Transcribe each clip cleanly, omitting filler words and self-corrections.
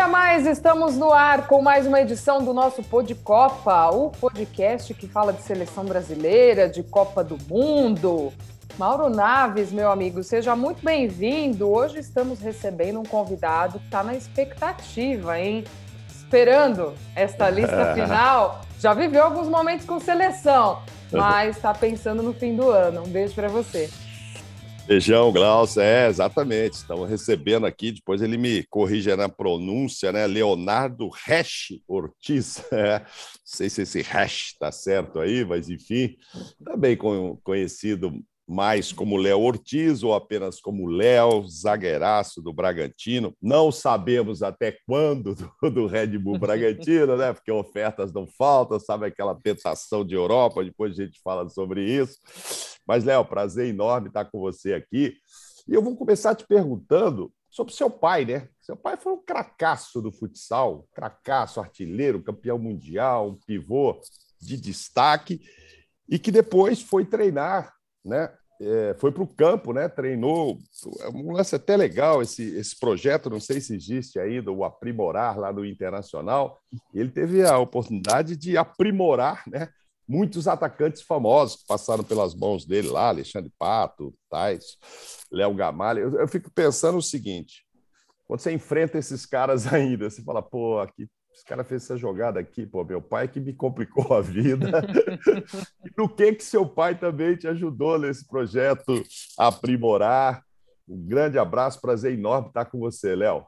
dia mais, estamos no ar com mais uma edição do nosso Pod Copa, o podcast que fala de seleção brasileira, de Copa do Mundo. Mauro Naves, meu amigo, seja muito bem-vindo. Hoje estamos recebendo um convidado que está na expectativa, hein? Esperando esta lista final. Já viveu alguns momentos com seleção, mas está pensando no fim do ano. Um beijo para você. Beijão, Glaucio. Exatamente. Estamos recebendo aqui, depois ele me corrige na pronúncia, né? Leonardo Resch Ortiz. Não sei se esse Resch está certo aí, mas enfim, também conhecido mais como Léo Ortiz ou apenas como Léo, zagueiraço do Bragantino. Não sabemos até quando do Red Bull Bragantino, né? Porque ofertas não faltam, sabe aquela tentação de Europa, depois a gente fala sobre isso. Mas, Léo, prazer enorme estar com você aqui. E eu vou começar te perguntando sobre seu pai, né? Seu pai foi um cracaço do futsal, cracaço, artilheiro, campeão mundial, um pivô de destaque, e que depois foi treinar, né? Foi para o campo, né? Treinou. Um lance até legal esse projeto, não sei se existe ainda, o Aprimorar lá no Internacional. E ele teve a oportunidade de aprimorar, né? Muitos atacantes famosos que passaram pelas mãos dele lá, Alexandre Pato, Tais, Léo Gamalha. Eu fico pensando o seguinte: quando você enfrenta esses caras ainda, você fala, pô, aqui, esse cara fez essa jogada aqui, pô, meu pai que me complicou a vida. E do que seu pai também te ajudou nesse projeto a aprimorar? Um grande abraço, prazer enorme estar com você, Léo.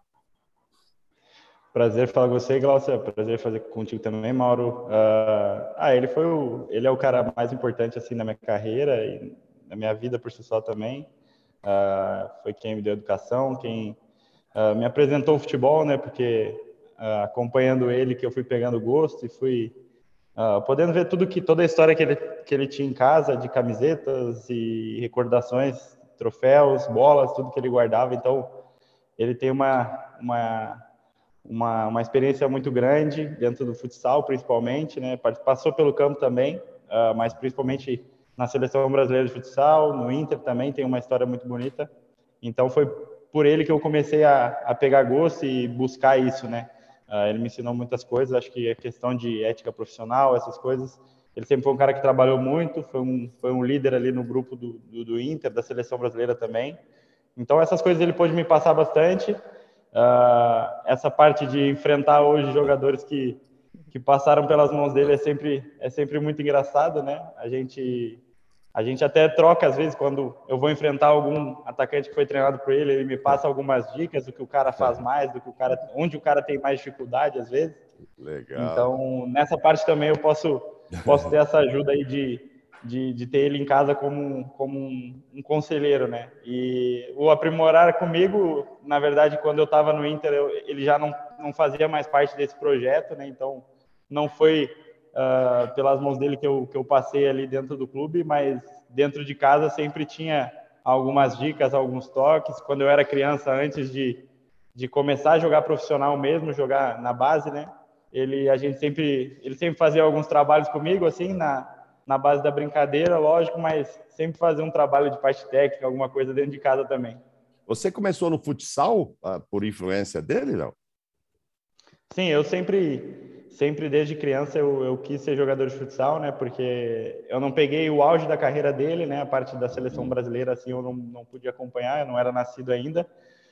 Prazer falar com você, Glaucia. Prazer fazer contigo também, Mauro. Ele é o cara mais importante assim na minha carreira e na minha vida por si só também. Foi quem me deu educação, quem me apresentou o futebol, né? Porque acompanhando ele que eu fui pegando gosto e fui podendo ver toda a história que ele tinha em casa, de camisetas e recordações, troféus, bolas, tudo que ele guardava. Então, ele tem uma experiência muito grande dentro do futsal, principalmente, né? Passou pelo campo também, mas principalmente na seleção brasileira de futsal, no Inter também tem uma história muito bonita. Então foi por ele que eu comecei a pegar gosto e buscar isso, né? Ele me ensinou muitas coisas, acho que a questão de ética profissional, essas coisas. Ele sempre foi um cara que trabalhou muito, foi um líder ali no grupo do Inter, da seleção brasileira também. Então essas coisas ele pôde me passar bastante. Essa parte de enfrentar hoje jogadores que passaram pelas mãos dele é sempre muito engraçado, né? A gente até troca às vezes quando eu vou enfrentar algum atacante que foi treinado por ele, ele me passa algumas dicas do que o cara faz mais, onde o cara tem mais dificuldade às vezes. Legal. Então nessa parte também eu posso ter essa ajuda aí de ter ele em casa como um conselheiro, né? E o aprimorar comigo, na verdade, quando eu estava no Inter, ele já não fazia mais parte desse projeto, né? Então, não foi pelas mãos dele que eu passei ali dentro do clube, mas dentro de casa sempre tinha algumas dicas, alguns toques. Quando eu era criança, antes de começar a jogar profissional mesmo, jogar na base, né? Ele sempre fazia alguns trabalhos comigo, assim, na base da brincadeira, lógico, mas sempre fazer um trabalho de parte técnica, alguma coisa dentro de casa também. Você começou no futsal por influência dele, não? Sim, eu sempre desde criança eu quis ser jogador de futsal, né? Porque eu não peguei o auge da carreira dele, né? A parte da seleção brasileira, assim, eu não pude acompanhar, eu não era nascido ainda,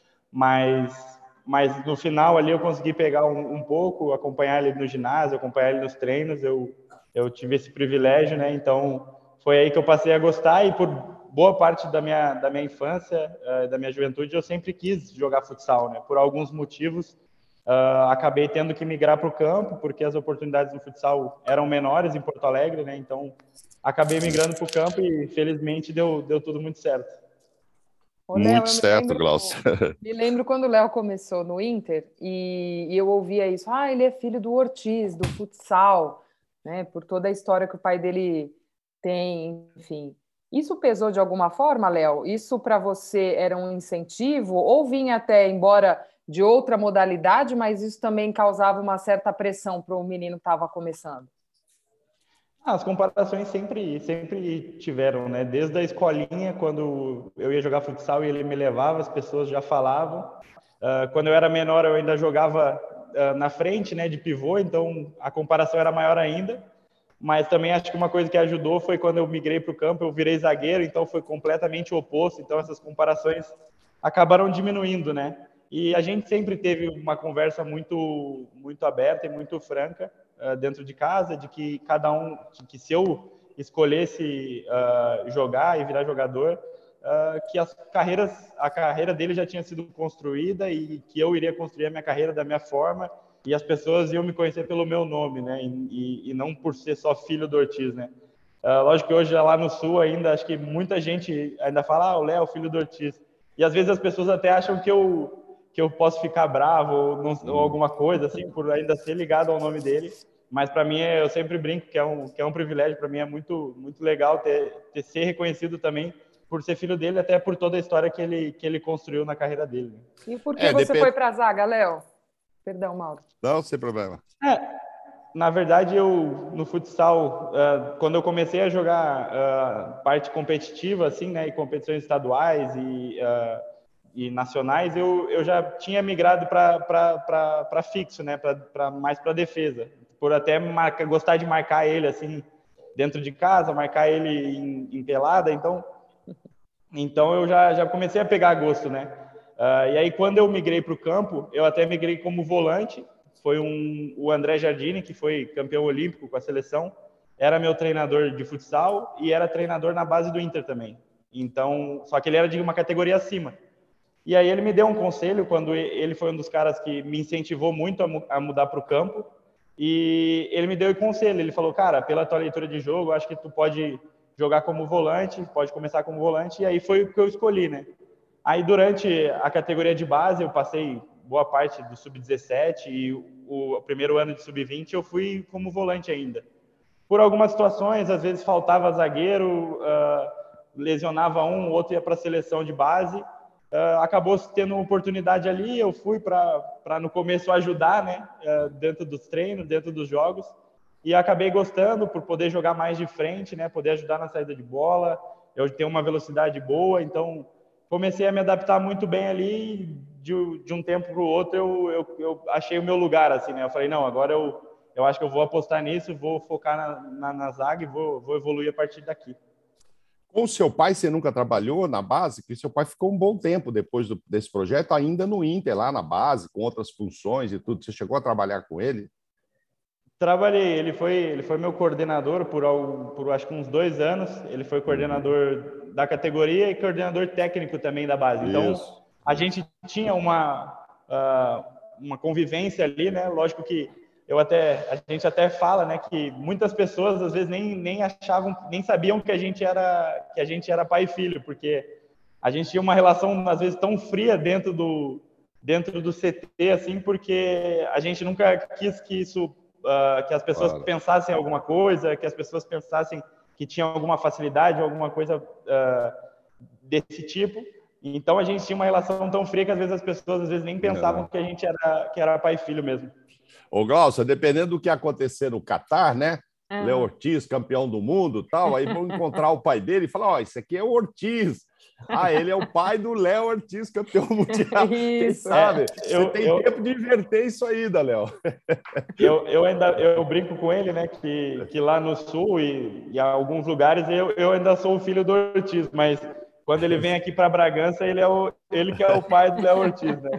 mas no final ali eu consegui pegar um pouco, acompanhar ele no ginásio, acompanhar ele nos treinos, eu tive esse privilégio, né? Então foi aí que eu passei a gostar e por boa parte da minha infância, da minha juventude, eu sempre quis jogar futsal, né? Por alguns motivos, acabei tendo que migrar para o campo, porque as oportunidades no futsal eram menores em Porto Alegre, né? Então acabei migrando para o campo e felizmente deu tudo muito certo. Ô, Léo, muito certo, Glaucio. Me lembro quando o Léo começou no Inter e eu ouvia isso. Ele é filho do Ortiz, do futsal, né? Por toda a história que o pai dele tem, enfim. Isso pesou de alguma forma, Léo? Isso para você era um incentivo? Ou vinha até, embora de outra modalidade, mas isso também causava uma certa pressão para o menino que estava começando? As comparações sempre tiveram, né? Desde a escolinha, quando eu ia jogar futsal e ele me levava, as pessoas já falavam. Quando eu era menor, eu ainda jogava na frente, né, de pivô, então a comparação era maior ainda. Mas também acho que uma coisa que ajudou foi quando eu migrei para o campo, eu virei zagueiro, então foi completamente o oposto. Então essas comparações acabaram diminuindo, né? E a gente sempre teve uma conversa muito aberta e muito franca dentro de casa, de que cada um, que se eu escolhesse jogar e virar jogador, que a carreira dele já tinha sido construída e que eu iria construir a minha carreira da minha forma e as pessoas iam me conhecer pelo meu nome, né? E não por ser só filho do Ortiz, né? Lógico que hoje lá no Sul ainda acho que muita gente ainda fala, o Léo, filho do Ortiz. E às vezes as pessoas até acham que eu posso ficar bravo ou alguma coisa assim por ainda ser ligado ao nome dele. Mas para mim eu sempre brinco que é um privilégio, para mim é muito legal ter ser reconhecido também por ser filho dele, até por toda a história que ele construiu na carreira dele. E por que você foi para a zaga, Léo? Perdão, Mauro. Não, sem problema. Na verdade, no futsal, quando eu comecei a jogar parte competitiva, assim, né, e competições estaduais e nacionais, eu já tinha migrado para fixo, né, mais para defesa, por até gostar de marcar ele, assim, dentro de casa, marcar ele em pelada, então eu já comecei a pegar gosto, né. E aí, quando eu migrei para o campo, eu até migrei como volante. Foi o André Jardine, que foi campeão olímpico com a seleção, era meu treinador de futsal e era treinador na base do Inter também. Então, só que ele era de uma categoria acima. E aí ele me deu um conselho quando ele foi um dos caras que me incentivou muito a mudar para o campo. E ele me deu o conselho. Ele falou, cara, pela tua leitura de jogo, acho que tu pode jogar como volante, pode começar como volante. E aí foi o que eu escolhi, né? Aí durante a categoria de base eu passei boa parte do sub-17 e o primeiro ano de sub-20 eu fui como volante ainda. Por algumas situações, às vezes faltava zagueiro, lesionava um, o outro ia para a seleção de base. Acabou tendo uma oportunidade ali, eu fui para no começo ajudar, né, dentro dos treinos, dentro dos jogos, e acabei gostando por poder jogar mais de frente, né, poder ajudar na saída de bola. Eu tenho uma velocidade boa, então comecei a me adaptar muito bem ali. De um tempo para o outro eu achei o meu lugar, assim, né? Eu falei, não, agora eu acho que eu vou apostar nisso, vou focar na zaga e vou evoluir a partir daqui. Com o seu pai, você nunca trabalhou na base? Porque seu pai ficou um bom tempo depois desse projeto, ainda no Inter, lá na base, com outras funções e tudo. Você chegou a trabalhar com ele? Trabalhei, ele foi meu coordenador por acho que uns 2 anos. Ele foi coordenador da categoria e coordenador técnico também da base. Então, a gente tinha uma convivência ali, né? Lógico que a gente até fala, né, que muitas pessoas às vezes nem achavam, nem sabiam que a gente era pai e filho, porque a gente tinha uma relação às vezes tão fria dentro do CT, assim, porque a gente nunca quis que as pessoas pensassem alguma coisa, que as pessoas pensassem que tinha alguma facilidade, alguma coisa desse tipo. Então a gente tinha uma relação tão fria que às vezes as pessoas nem pensavam que a gente era pai e filho mesmo. Ô, Glaucio, dependendo do que acontecer no Catar, né? Léo Ortiz, campeão do mundo, tal, aí vão encontrar o pai dele e falar, ó, esse aqui é o Ortiz. Ele é o pai do Léo Ortiz, campeão mundial. Quem sabe? Você tem tempo de inverter isso aí, Léo. Eu brinco com ele, né, que lá no Sul e em alguns lugares eu ainda sou o filho do Ortiz, mas quando ele vem aqui para Bragança, ele que é o pai do Léo Ortiz, né?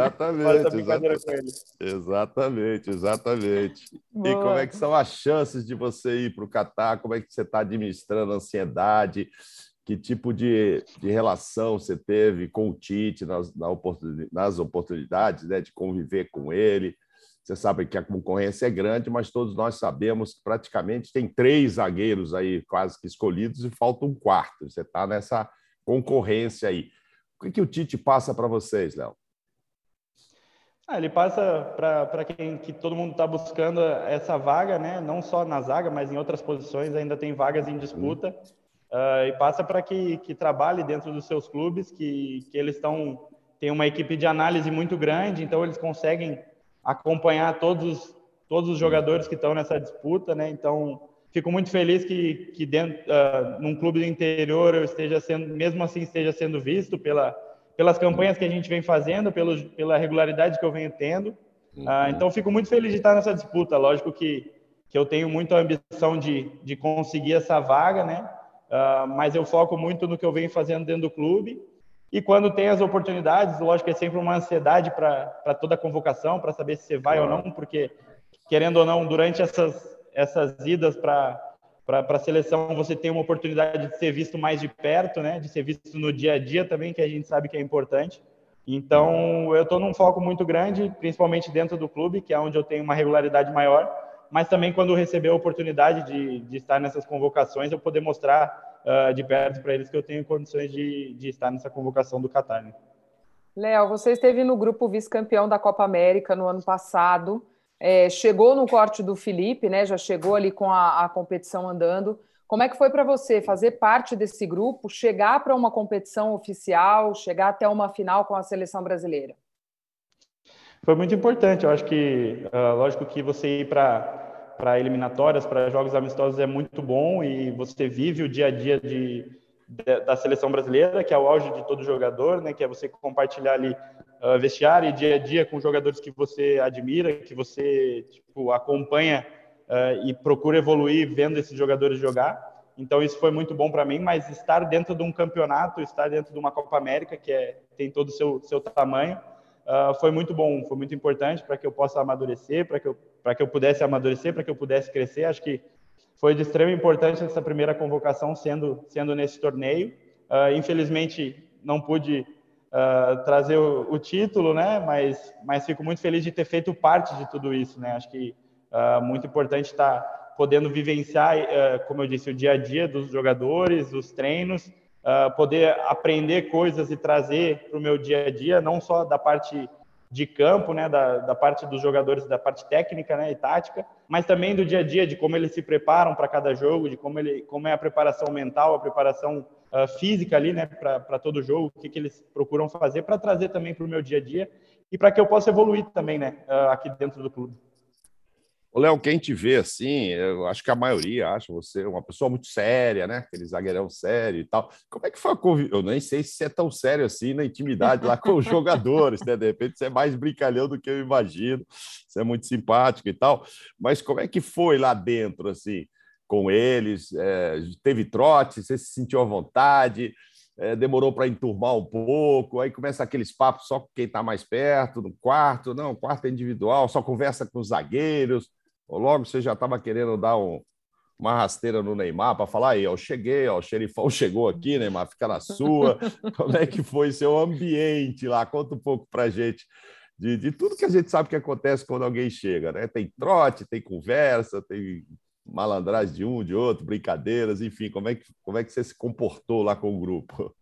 Exatamente. Boa. E como é que são as chances de você ir para o Catar? Como é que você está administrando a ansiedade? Que tipo de relação você teve com o Tite nas oportunidades, né, de conviver com ele? Você sabe que a concorrência é grande, mas todos nós sabemos que praticamente tem 3 zagueiros aí quase que escolhidos e falta um quarto. Você está nessa concorrência aí. O que o Tite passa para vocês, Léo? Ele passa para que todo mundo está buscando essa vaga, né? Não só na zaga, mas em outras posições ainda tem vagas em disputa. E passa para que trabalhe dentro dos seus clubes, que eles têm uma equipe de análise muito grande, então eles conseguem acompanhar todos os jogadores que estão nessa disputa, né? Então, fico muito feliz que dentro, num clube do interior eu mesmo assim esteja sendo visto pelas campanhas que a gente vem fazendo, pela regularidade que eu venho tendo. Então, fico muito feliz de estar nessa disputa. Lógico que eu tenho muita ambição de conseguir essa vaga, né? Mas eu foco muito no que eu venho fazendo dentro do clube. E quando tem as oportunidades, lógico que é sempre uma ansiedade para toda a convocação, para saber se você vai ou não, porque, querendo ou não, durante essas idas para a seleção, você tem uma oportunidade de ser visto mais de perto, né? De ser visto no dia a dia também, que a gente sabe que é importante. Então, eu estou num foco muito grande, principalmente dentro do clube, que é onde eu tenho uma regularidade maior, mas também quando receber a oportunidade de estar nessas convocações, eu poder mostrar de perto para eles que eu tenho condições de estar nessa convocação do Catar. Né? Léo, você esteve no grupo vice-campeão da Copa América no ano passado, chegou no corte do Felipe, né? Já chegou ali com a competição andando. Como é que foi para você fazer parte desse grupo, chegar para uma competição oficial, chegar até uma final com a seleção brasileira? Foi muito importante. Eu acho que, lógico que você ir para eliminatórias, para jogos amistosos é muito bom e você vive o dia a dia da seleção brasileira, que é o auge de todo jogador, né? Que é você compartilhar ali vestiário e dia a dia com jogadores que você admira, que você acompanha e procura evoluir vendo esses jogadores jogar. Então isso foi muito bom para mim, mas estar dentro de um campeonato, estar dentro de uma Copa América, que tem todo o seu tamanho, foi muito bom, foi muito importante para que eu possa amadurecer, para que eu pudesse amadurecer, para que eu pudesse crescer. Acho que foi de extrema importância essa primeira convocação sendo nesse torneio. Infelizmente não pude trazer o título, né? Mas fico muito feliz de ter feito parte de tudo isso, né? Acho que muito importante estar podendo vivenciar, como eu disse, o dia a dia dos jogadores, dos treinos, poder aprender coisas e trazer para o meu dia a dia, não só da parte de campo, né, da parte dos jogadores, da parte técnica, né, e tática, mas também do dia a dia, de como eles se preparam para cada jogo, de como é a preparação mental, a preparação física ali, né, para todo jogo, o que eles procuram fazer para trazer também para o meu dia a dia e para que eu possa evoluir também, né, aqui dentro do clube. Ô, Léo, quem te vê assim, eu acho que a maioria acha você uma pessoa muito séria, né? Aquele zagueirão sério e tal. Como é que foi a convivência? Eu nem sei se você é tão sério assim na intimidade lá com os jogadores, né? De repente você é mais brincalhão do que eu imagino, você é muito simpático e tal. Mas como é que foi lá dentro, assim, com eles? Teve trote? Você se sentiu à vontade? Demorou para enturmar um pouco, aí começa aqueles papos só com quem está mais perto, no quarto, não, o quarto é individual, só conversa com os zagueiros, ou logo você já estava querendo dar uma rasteira no Neymar para falar, aí, eu cheguei, ó, o xerifão chegou aqui, Neymar, fica na sua. Como é que foi seu ambiente lá? Conta um pouco para a gente de tudo que a gente sabe que acontece quando alguém chega, né? Tem trote, tem conversa, tem malandragem de um, de outro, brincadeiras, enfim, como é que você se comportou lá com o grupo?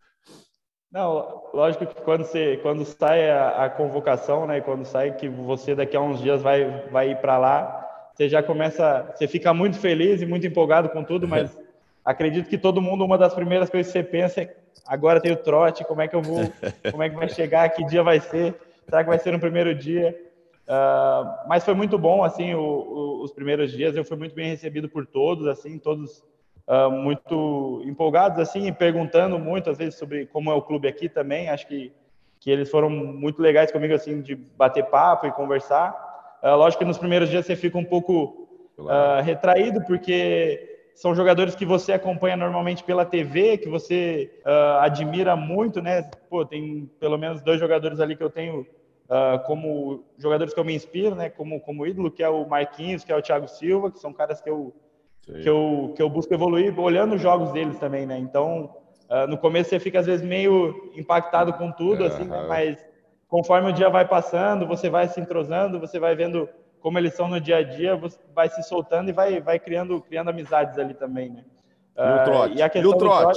Não, lógico que quando sai a convocação, né, quando sai que você daqui a uns dias vai ir para lá, você já começa, você fica muito feliz e muito empolgado com tudo, mas acredito que todo mundo, uma das primeiras coisas que você pensa é, agora tem o trote, como é que vai chegar, que dia vai ser, será que vai ser no primeiro dia? Mas foi muito bom, assim, os primeiros dias, eu fui muito bem recebido por todos, assim, todos muito empolgados, assim, e perguntando muito, às vezes, sobre como é o clube aqui também. Acho que eles foram muito legais comigo, assim, de bater papo e conversar. Lógico que nos primeiros dias você fica um pouco retraído, porque são jogadores que você acompanha normalmente pela TV, que você admira muito, né? Pô, tem pelo menos 2 jogadores ali que eu tenho como jogadores que eu me inspiro, né? Como ídolo, que é o Marquinhos, que é o Thiago Silva, que são caras que eu busco evoluir olhando os jogos deles também, né? Então, no começo você fica às vezes meio impactado com tudo, assim, né? Mas conforme o dia vai passando, você vai se entrosando, você vai vendo como eles são no dia a dia, você vai se soltando e vai criando amizades ali também, né? E o trote? E a questão do trote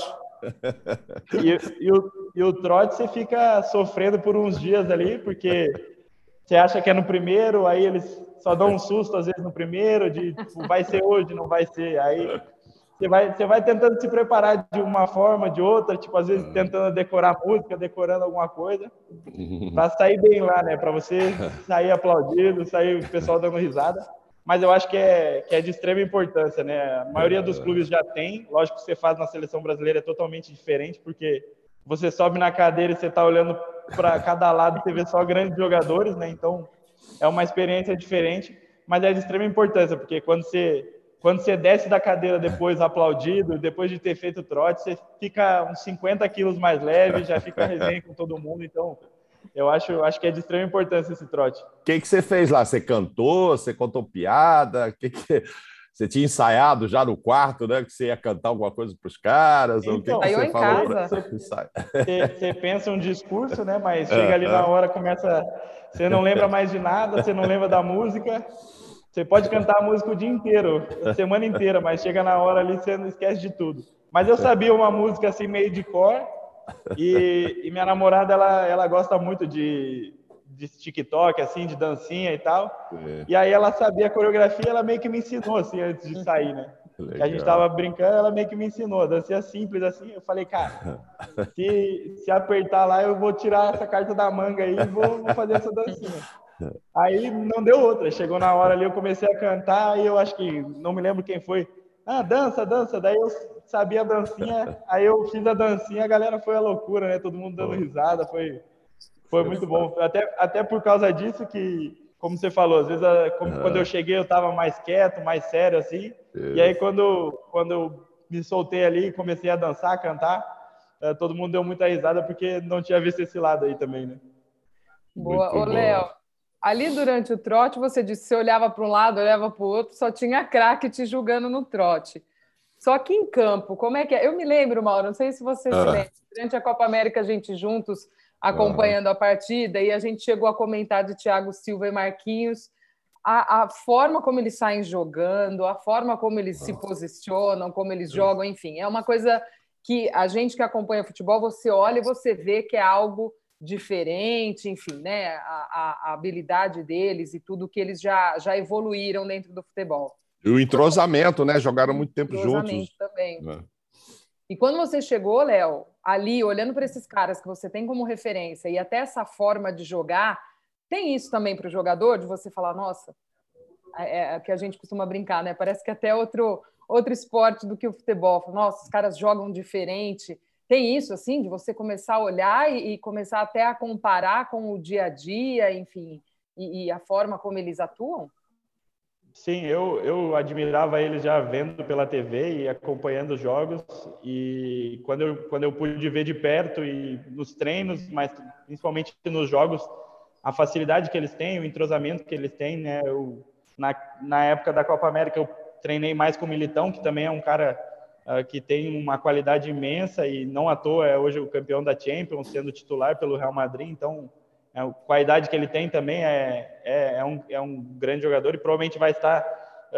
e o trote você fica sofrendo por uns dias ali, porque você acha que é no primeiro, aí eles só dão um susto às vezes no primeiro, de tipo, vai ser hoje, não vai ser. Aí você vai tentando se preparar de uma forma, de outra, tipo, às vezes tentando decorar música, decorando alguma coisa, para sair bem lá, né? Para você sair aplaudido, sair o pessoal dando risada. Mas eu acho que é de extrema importância, né? A maioria dos clubes já tem. Lógico que você faz na seleção brasileira é totalmente diferente, porque você sobe na cadeira e você está olhando para cada lado, você vê só grandes jogadores, né? Então, é uma experiência diferente, mas é de extrema importância, porque quando você desce da cadeira depois aplaudido, depois de ter feito o trote, você fica uns 50 quilos mais leve, já fica resenha com todo mundo, então eu acho que é de extrema importância esse trote. O que você fez lá? Você cantou? Você contou piada? Você tinha ensaiado já no quarto, né? Que você ia cantar alguma coisa para os caras? Então, o que saiu você em falou casa. Você pensa um discurso, né? Mas chega ali na hora, você não lembra mais de nada, você não lembra da música. Você pode cantar a música o dia inteiro, a semana inteira, mas chega na hora ali, você não esquece de tudo. Mas eu sabia uma música assim meio de cor, e minha namorada, ela gosta muito de TikTok, assim, de dancinha e tal. E aí ela sabia a coreografia, ela meio que me ensinou, assim, antes de sair, né? Que a gente tava brincando, ela meio que me ensinou. A dancinha simples, assim. Eu falei, cara, se apertar lá, eu vou tirar essa carta da manga aí e vou fazer essa dancinha. Aí não deu outra. Chegou na hora ali, eu comecei a cantar, e eu acho que, não me lembro quem foi. Ah, dança, dança. Daí eu sabia a dancinha, aí eu fiz a dancinha, a galera foi à loucura, né? Todo mundo dando risada, foi muito bom. Até por causa disso que, como você falou, às vezes quando eu cheguei eu estava mais quieto, mais sério, assim. E aí quando eu me soltei ali e comecei a dançar, a cantar, todo mundo deu muita risada porque não tinha visto esse lado aí também, né? Boa. Muito Ô, bom. Léo, ali durante o trote, você disse que você olhava para um lado, olhava para o outro, só tinha craque te julgando no trote. Só que em campo, como é que é? Eu me lembro, Mauro, não sei se você se lembra, durante a Copa América, a gente juntos acompanhando a partida, e a gente chegou a comentar de Thiago Silva e Marquinhos, a forma como eles saem jogando, a forma como eles se posicionam, como eles jogam, enfim, é uma coisa que a gente que acompanha futebol, você olha e você vê que é algo diferente, enfim, né? A habilidade deles e tudo que eles já evoluíram dentro do futebol. E o entrosamento, né? Jogaram muito tempo Entrosamento juntos. também. E quando você chegou, Léo, ali, olhando para esses caras que você tem como referência e até essa forma de jogar, tem isso também para o jogador, de você falar, nossa, é que a gente costuma brincar, né? Parece que até outro esporte do que o futebol. Nossa, os caras jogam diferente. Tem isso, assim, de você começar a olhar e começar até a comparar com o dia a dia, enfim, e a forma como eles atuam? Sim, eu admirava eles já vendo pela TV e acompanhando os jogos, e quando eu pude ver de perto e nos treinos, mas principalmente nos jogos, a facilidade que eles têm, o entrosamento que eles têm, né? Na época da Copa América eu treinei mais com o Militão, que também é um cara que tem uma qualidade imensa e não à toa é hoje o campeão da Champions, sendo titular pelo Real Madrid, então com a idade que ele tem também é um grande jogador e provavelmente vai estar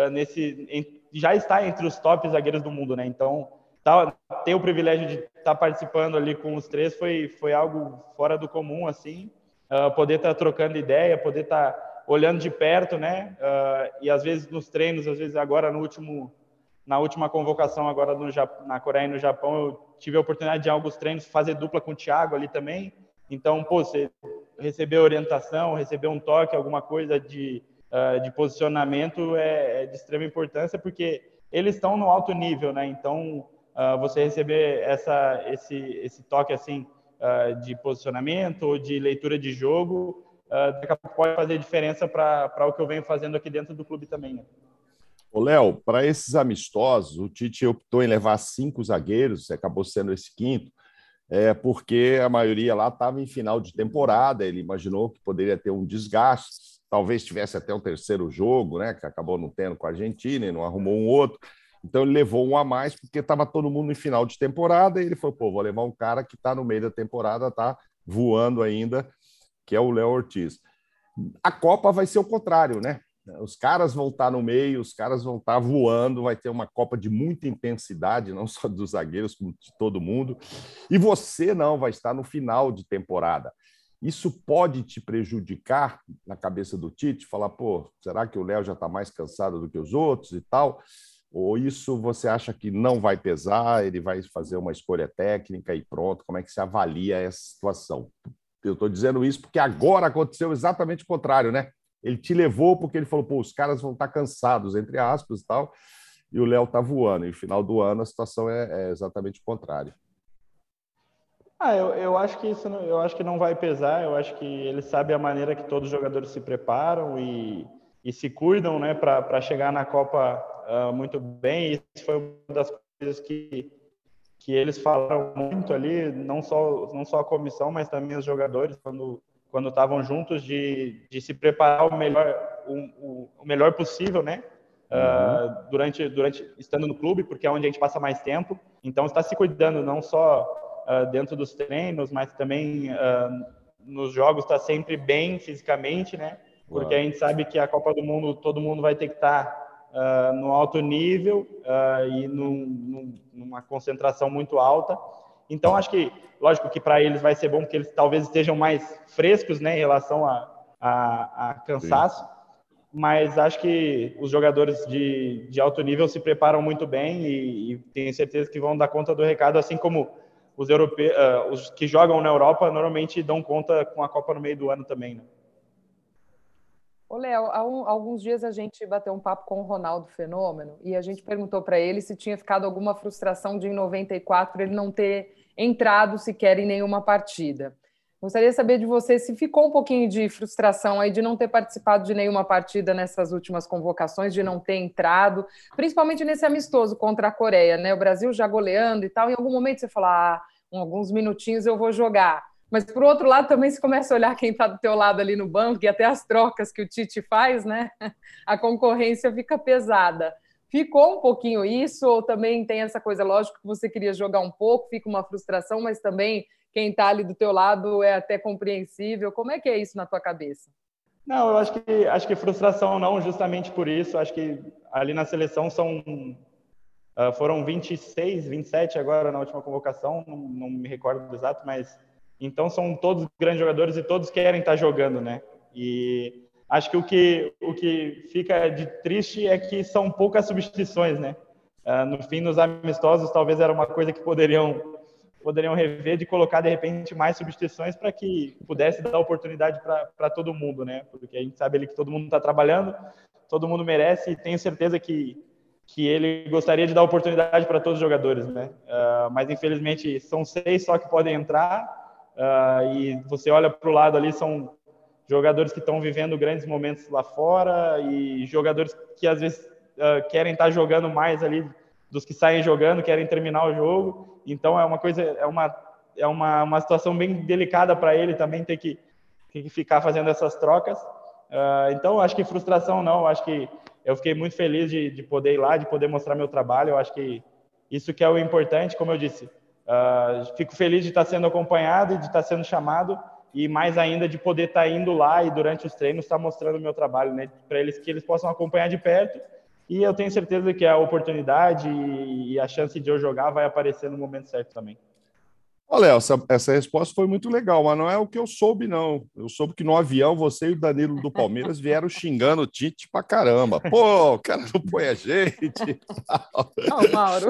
já está entre os top zagueiros do mundo, né? Então ter o privilégio de estar participando ali com os três foi algo fora do comum, assim, poder estar trocando ideia, poder estar olhando de perto, né? E às vezes nos treinos, às vezes agora na última convocação agora na Coreia e no Japão, eu tive a oportunidade de em alguns treinos fazer dupla com o Thiago ali também. Então, pô, você receber orientação, receber um toque, alguma coisa de posicionamento é de extrema importância, porque eles estão no alto nível, né? Então, você receber esse toque assim de posicionamento ou de leitura de jogo, daqui a pouco pode fazer diferença para o que eu venho fazendo aqui dentro do clube também, né? Ô, Léo, para esses amistosos, o Tite optou em levar 5 zagueiros, acabou sendo esse quinto, porque a maioria lá estava em final de temporada, ele imaginou que poderia ter um desgaste, talvez tivesse até um terceiro jogo, né, que acabou não tendo com a Argentina e não arrumou um outro, então ele levou um a mais porque estava todo mundo em final de temporada e ele falou, pô, vou levar um cara que está no meio da temporada, está voando ainda, que é o Léo Ortiz. A Copa vai ser o contrário, né? Os caras vão estar no meio, os caras vão estar voando, vai ter uma Copa de muita intensidade, não só dos zagueiros, como de todo mundo. E você não, vai estar no final de temporada. Isso pode te prejudicar na cabeça do Tite? Falar, pô, será que o Léo já está mais cansado do que os outros e tal? Ou isso você acha que não vai pesar, ele vai fazer uma escolha técnica e pronto? Como é que você avalia essa situação? Eu estou dizendo isso porque agora aconteceu exatamente o contrário, né? Ele te levou porque ele falou, pô, os caras vão estar cansados, entre aspas e tal, e o Léo está voando. E no final do ano a situação é exatamente o contrário. Eu acho que eu acho que não vai pesar. Eu acho que ele sabe a maneira que todos os jogadores se preparam e se cuidam, né, para chegar na Copa muito bem. Isso foi uma das coisas que eles falaram muito ali, não só a comissão, mas também os jogadores quando estavam juntos de se preparar o melhor possível, né? Durante estando no clube, porque é onde a gente passa mais tempo. Então está se cuidando não só dentro dos treinos, mas também nos jogos está sempre bem fisicamente, né? Porque a gente sabe que a Copa do Mundo todo mundo vai ter que estar no alto nível e numa concentração muito alta. Então acho que, lógico que para eles vai ser bom porque eles talvez estejam mais frescos, né, em relação a cansaço. Sim. Mas acho que os jogadores de alto nível se preparam muito bem e tenho certeza que vão dar conta do recado, assim como os europeus, os que jogam na Europa normalmente dão conta com a Copa no meio do ano também, né? Ô, Léo, há alguns dias a gente bateu um papo com o Ronaldo Fenômeno e a gente perguntou para ele se tinha ficado alguma frustração de em 94 ele não ter entrado sequer em nenhuma partida. Gostaria de saber de você se ficou um pouquinho de frustração aí de não ter participado de nenhuma partida nessas últimas convocações, de não ter entrado, principalmente nesse amistoso contra a Coreia, né? O Brasil já goleando e tal. Em algum momento você fala, alguns minutinhos eu vou jogar. Mas, por outro lado, também se começa a olhar quem está do teu lado ali no banco e até as trocas que o Tite faz, né? A concorrência fica pesada. Ficou um pouquinho isso ou também tem essa coisa, lógico que você queria jogar um pouco, fica uma frustração, mas também quem está ali do teu lado é até compreensível. Como é que é isso na tua cabeça? Não, eu acho que frustração não, justamente por isso. Acho que ali na seleção foram 26, 27 agora na última convocação, não me recordo do exato, mas então são todos grandes jogadores e todos querem estar jogando, né? E acho que o que fica de triste é que são poucas substituições, né? No fim, nos amistosos, talvez era uma coisa que poderiam rever, de colocar de repente mais substituições para que pudesse dar oportunidade para todo mundo, né? Porque a gente sabe ali que todo mundo está trabalhando, todo mundo merece e tenho certeza que ele gostaria de dar oportunidade para todos os jogadores, né? Mas infelizmente são 6 só que podem entrar. E você olha para o lado ali, são jogadores que estão vivendo grandes momentos lá fora e jogadores que às vezes querem estar jogando mais ali dos que saem jogando, querem terminar o jogo. Então é uma situação bem delicada para ele também ter que ficar fazendo essas trocas. Então acho que frustração não, acho que eu fiquei muito feliz de poder ir lá, de poder mostrar meu trabalho. Eu acho que isso que é o importante, como eu disse. Fico feliz de estar sendo acompanhado e de estar sendo chamado e mais ainda de poder estar indo lá e durante os treinos estar mostrando o meu trabalho, né, para eles que eles possam acompanhar de perto. E eu tenho certeza que a oportunidade e a chance de eu jogar vai aparecer no momento certo também. Ô, Léo, essa resposta foi muito legal, mas não é o que eu soube, não. Eu soube que no avião você e o Danilo do Palmeiras vieram xingando o Tite pra caramba. Pô, o cara não põe a gente. Não, Mauro.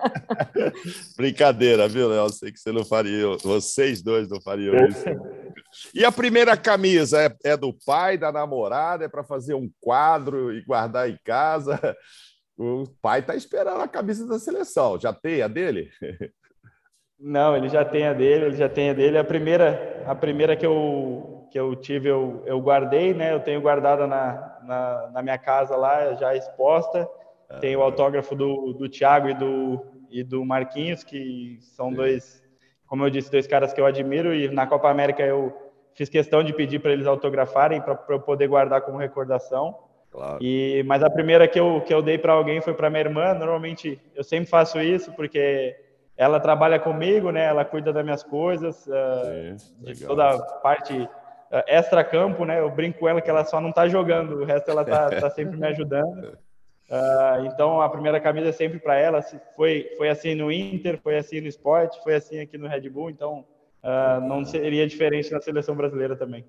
Brincadeira, viu, Léo? Sei que você não faria, vocês dois não fariam isso. E a primeira camisa é do pai, da namorada, é para fazer um quadro e guardar em casa. O pai tá esperando a camisa da seleção. Já tem a dele? Não, ele já tem a dele, A primeira que eu tive, eu guardei, né? Eu tenho guardada na minha casa lá, já exposta. Tem o autógrafo do Thiago e do Marquinhos, que são dois, como eu disse, dois caras que eu admiro. E na Copa América eu fiz questão de pedir para eles autografarem, para eu poder guardar como recordação. Claro. Mas a primeira que eu dei para alguém foi para minha irmã. Normalmente eu sempre faço isso, porque ela trabalha comigo, né? Ela cuida das minhas coisas, de toda a parte extra-campo, né? Eu brinco com ela que ela só não está jogando, o resto ela tá sempre me ajudando. Então a primeira camisa é sempre para ela. Foi assim no Inter, foi assim no Sport, foi assim aqui no Red Bull. Então não seria diferente na seleção brasileira também.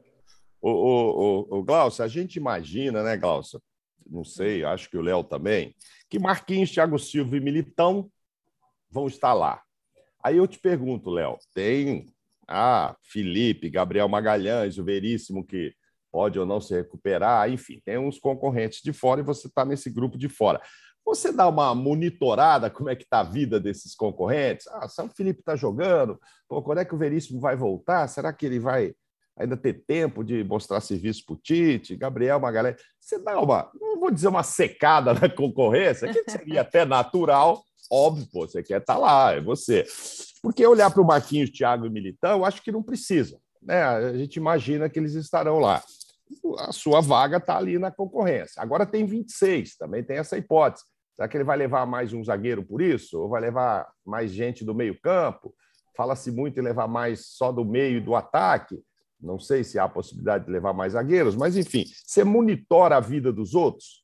O Glaucio, a gente imagina, né, Glaucio? Não sei, acho que o Léo também, que Marquinhos, Thiago Silva e Militão vão estar lá. Aí eu te pergunto, Léo, tem Felipe, Gabriel Magalhães, o Veríssimo, que pode ou não se recuperar, enfim, tem uns concorrentes de fora e você está nesse grupo de fora. você dá uma monitorada como é que está a vida desses concorrentes? São Felipe está jogando, pô, quando é que o Veríssimo vai voltar? Será que ele vai ainda ter tempo de mostrar serviço para o Tite? Gabriel Magalhães, você dá uma, não vou dizer uma secada na concorrência, que seria até natural, óbvio, pô, você quer estar lá, é você. Porque olhar para o Marquinhos, Thiago e Militão, eu acho que não precisa, né? A gente imagina que eles estarão lá. A sua vaga está ali na concorrência. Agora tem 26, também tem essa hipótese. Será que ele vai levar mais um zagueiro por isso? Ou vai levar mais gente do meio-campo? Fala-se muito em levar mais só do meio e do ataque. Não sei se há a possibilidade de levar mais zagueiros, mas, enfim, você monitora a vida dos outros?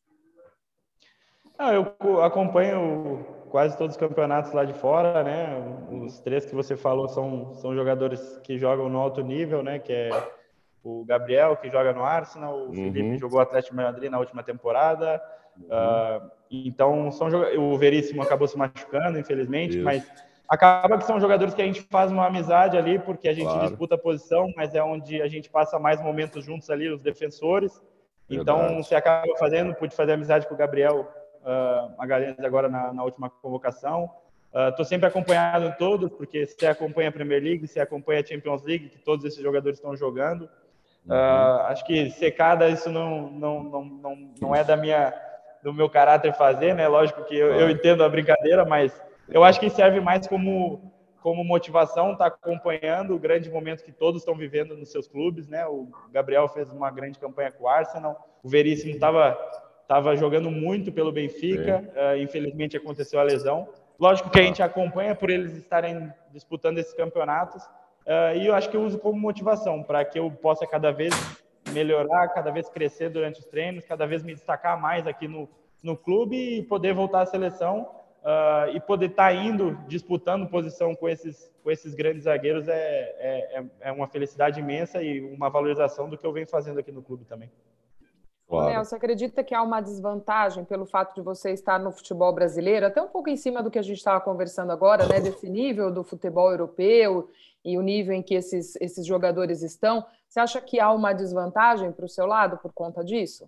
Eu acompanho quase todos os campeonatos lá de fora, né? Os 3 que você falou são jogadores que jogam no alto nível, né? Que é o Gabriel, que joga no Arsenal, o Felipe jogou o Atlético de Madrid na última temporada. Então, o Veríssimo acabou se machucando, infelizmente, mas acaba que são jogadores que a gente faz uma amizade ali, porque a gente disputa a posição, mas é onde a gente passa mais momentos juntos ali, os defensores. Verdade. Então, você acaba pude fazer amizade com o Gabriel Magalhães agora na última convocação. Estou sempre acompanhado em todos, porque você acompanha a Premier League, você acompanha a Champions League, que todos esses jogadores estão jogando. Acho que secada isso não é do meu caráter fazer, né? Lógico que eu entendo a brincadeira, mas eu acho que serve mais como motivação, tá acompanhando o grande momento que todos estão vivendo nos seus clubes, né? O Gabriel fez uma grande campanha com o Arsenal, o Veríssimo estava jogando muito pelo Benfica, infelizmente aconteceu a lesão. Lógico que a gente acompanha por eles estarem disputando esses campeonatos, e eu acho que eu uso como motivação para que eu possa cada vez melhorar, cada vez crescer durante os treinos, cada vez me destacar mais aqui no clube e poder voltar à seleção e poder estar disputando posição com esses grandes zagueiros é uma felicidade imensa e uma valorização do que eu venho fazendo aqui no clube também. Claro. Léo, você acredita que há uma desvantagem pelo fato de você estar no futebol brasileiro, até um pouco em cima do que a gente estava conversando agora, né, desse nível do futebol europeu e o nível em que esses jogadores estão? Você acha que há uma desvantagem para o seu lado por conta disso?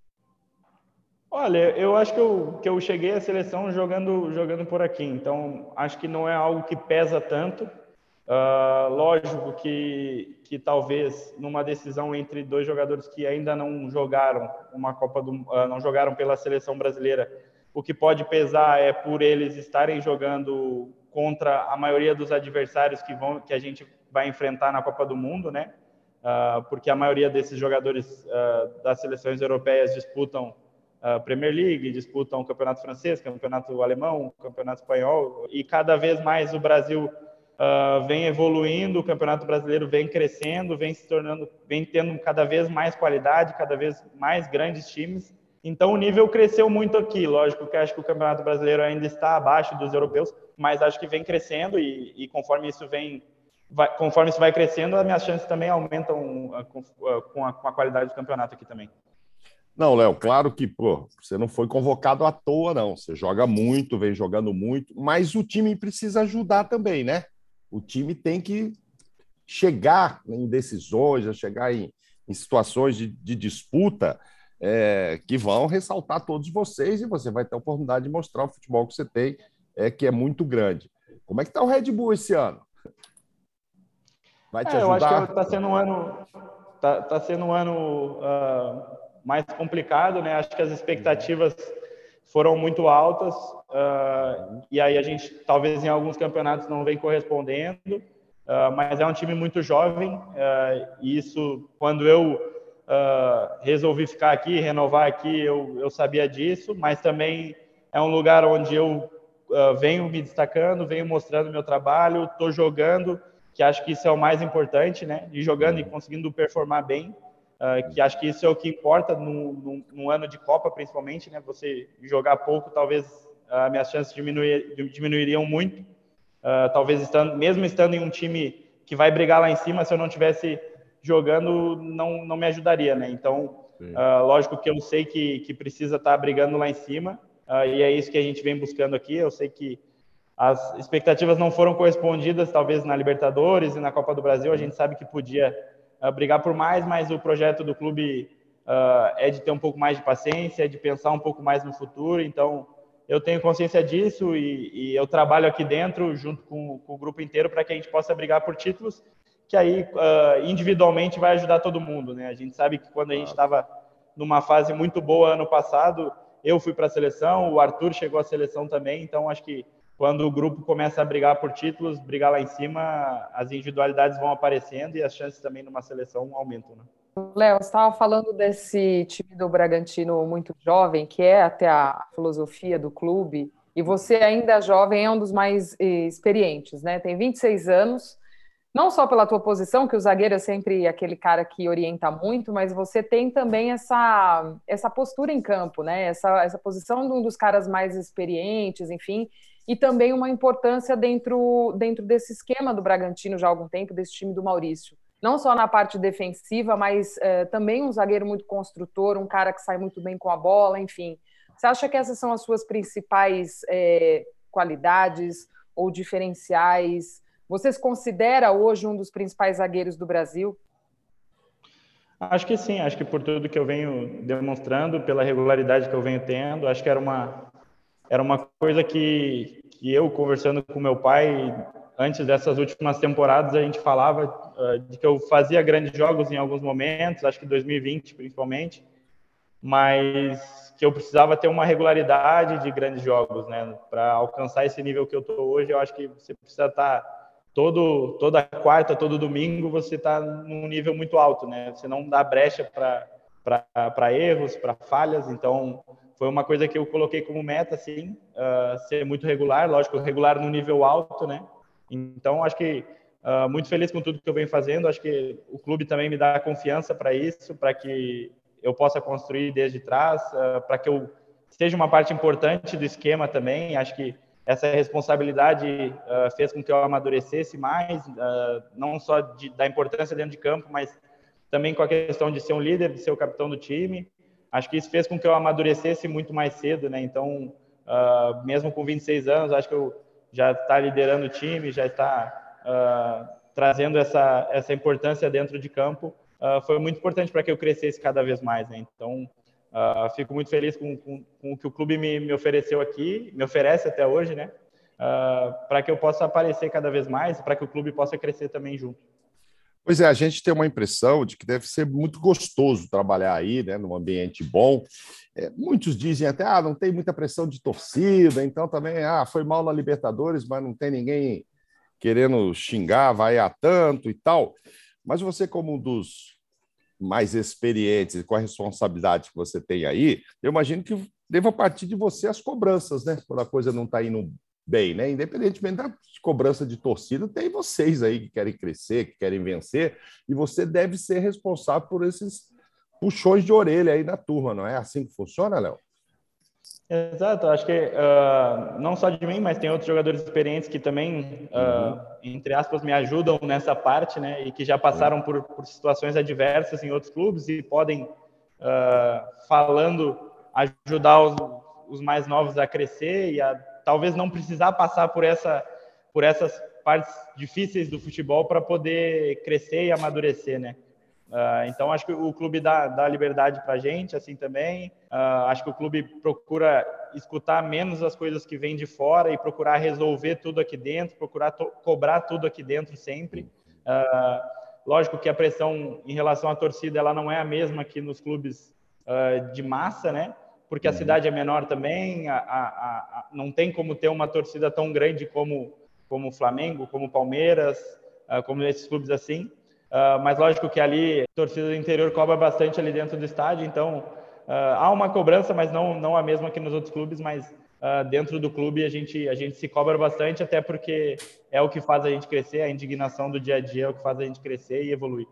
Olha, eu acho que eu cheguei à seleção jogando por aqui, então acho que não é algo que pesa tanto. Lógico que talvez numa decisão entre 2 jogadores que ainda não jogaram uma não jogaram pela seleção brasileira, o que pode pesar é por eles estarem jogando contra a maioria dos adversários que a gente vai enfrentar na Copa do Mundo, né? Porque a maioria desses jogadores das seleções europeias disputam Premier League, disputam o Campeonato Francês, Campeonato Alemão, Campeonato Espanhol, e cada vez mais o Brasil vem evoluindo, o Campeonato Brasileiro vem crescendo, vem tendo cada vez mais qualidade, cada vez mais grandes times. Então o nível cresceu muito aqui. Lógico que acho que o Campeonato Brasileiro ainda está abaixo dos europeus, mas acho que vem crescendo e conforme isso vai crescendo, as minhas chances também aumentam com a qualidade do campeonato aqui também. Não, Léo, claro que você não foi convocado à toa, não. Você joga muito, vem jogando muito, mas o time precisa ajudar também, né? O time tem que chegar em decisões, chegar em situações de disputa que vão ressaltar todos vocês e você vai ter a oportunidade de mostrar o futebol que você tem, que é muito grande. Como é que está o Red Bull esse ano? Vai te ajudar? Eu acho que está sendo um ano mais complicado, né? Acho que as expectativas foram muito altas e aí a gente talvez em alguns campeonatos não vem correspondendo, mas é um time muito jovem e isso, quando eu resolvi ficar aqui, renovar aqui, eu sabia disso, mas também é um lugar onde eu venho me destacando, venho mostrando meu trabalho, estou jogando, que acho que isso é o mais importante, né? De jogando e conseguindo performar bem. Que acho que isso é o que importa num ano de Copa, principalmente, né? Você jogar pouco, talvez minhas chances diminuiriam muito. Talvez mesmo estando em um time que vai brigar lá em cima, se eu não tivesse jogando, não me ajudaria, né? Então, lógico que eu sei que precisa estar brigando lá em cima, e é isso que a gente vem buscando aqui. Eu sei que as expectativas não foram correspondidas, talvez na Libertadores e na Copa do Brasil. A gente sabe que podia brigar por mais, mas o projeto do clube é de ter um pouco mais de paciência, de pensar um pouco mais no futuro. Então, eu tenho consciência disso e eu trabalho aqui dentro junto com o grupo inteiro para que a gente possa brigar por títulos, que aí individualmente vai ajudar todo mundo, né? A gente sabe que quando a gente estava numa fase muito boa ano passado, eu fui para a seleção, o Arthur chegou à seleção também, então acho que quando o grupo começa a brigar por títulos, brigar lá em cima, as individualidades vão aparecendo e as chances também numa seleção aumentam, né? Léo, você estava falando desse time do Bragantino muito jovem, que é até a filosofia do clube, e você ainda jovem é um dos mais experientes, né? Tem 26 anos, não só pela tua posição, que o zagueiro é sempre aquele cara que orienta muito, mas você tem também essa postura em campo, né? Essa posição de um dos caras mais experientes, enfim, e também uma importância dentro desse esquema do Bragantino já há algum tempo, desse time do Maurício. Não só na parte defensiva, mas também um zagueiro muito construtor, um cara que sai muito bem com a bola, enfim. Você acha que essas são as suas principais qualidades ou diferenciais? Você se considera hoje um dos principais zagueiros do Brasil? Acho que sim, acho que por tudo que eu venho demonstrando, pela regularidade que eu venho tendo, acho que era uma coisa que eu, conversando com meu pai, antes dessas últimas temporadas, a gente falava de que eu fazia grandes jogos em alguns momentos, acho que 2020 principalmente, mas que eu precisava ter uma regularidade de grandes jogos, né? Para alcançar esse nível que eu estou hoje, eu acho que você precisa estar toda quarta, todo domingo, você está num nível muito alto, né? Você não dá brecha para erros, para falhas, então foi uma coisa que eu coloquei como meta, assim, ser muito regular, lógico, regular no nível alto, né? Então, acho que muito feliz com tudo que eu venho fazendo, acho que o clube também me dá confiança para isso, para que eu possa construir desde trás, para que eu seja uma parte importante do esquema também, acho que essa responsabilidade fez com que eu amadurecesse mais, não só da importância dentro de campo, mas também com a questão de ser um líder, de ser o capitão do time. Acho que isso fez com que eu amadurecesse muito mais cedo, né? Então, mesmo com 26 anos, acho que eu já está liderando o time, já está trazendo essa importância dentro de campo. Foi muito importante para que eu crescesse cada vez mais, né? Então, fico muito feliz com o que o clube me ofereceu aqui, me oferece até hoje, né? Para que eu possa aparecer cada vez mais, para que o clube possa crescer também junto. Pois é, a gente tem uma impressão de que deve ser muito gostoso trabalhar aí, né, num ambiente bom. Muitos dizem até, não tem muita pressão de torcida, então também, foi mal na Libertadores, mas não tem ninguém querendo xingar, vaiar tanto e tal. Mas você, como um dos mais experientes, com a responsabilidade que você tem aí, eu imagino que deva partir de você as cobranças, né? Quando a coisa não está indo bem, né? Independentemente da cobrança de torcida, tem vocês aí que querem crescer, que querem vencer, e você deve ser responsável por esses puxões de orelha aí na turma, não é assim que funciona, Léo? Exato, acho que não só de mim, mas tem outros jogadores experientes que também, entre aspas, me ajudam nessa parte, né? E que já passaram por situações adversas em outros clubes e podem, falando, ajudar os mais novos a crescer e a talvez não precisar passar por essas partes difíceis do futebol para poder crescer e amadurecer, né? Então, acho que o clube dá liberdade para a gente, assim também. Acho que o clube procura escutar menos as coisas que vêm de fora e procurar resolver tudo aqui dentro, procurar cobrar tudo aqui dentro sempre. Lógico que a pressão em relação à torcida ela não é a mesma que nos clubes de massa, né? Porque a cidade é menor também, não tem como ter uma torcida tão grande como o Flamengo, como o Palmeiras, como esses clubes assim. Mas lógico que ali a torcida do interior cobra bastante ali dentro do estádio, então há uma cobrança, mas não a mesma que nos outros clubes, mas dentro do clube a gente se cobra bastante, até porque é o que faz a gente crescer, a indignação do dia a dia é o que faz a gente crescer e evoluir.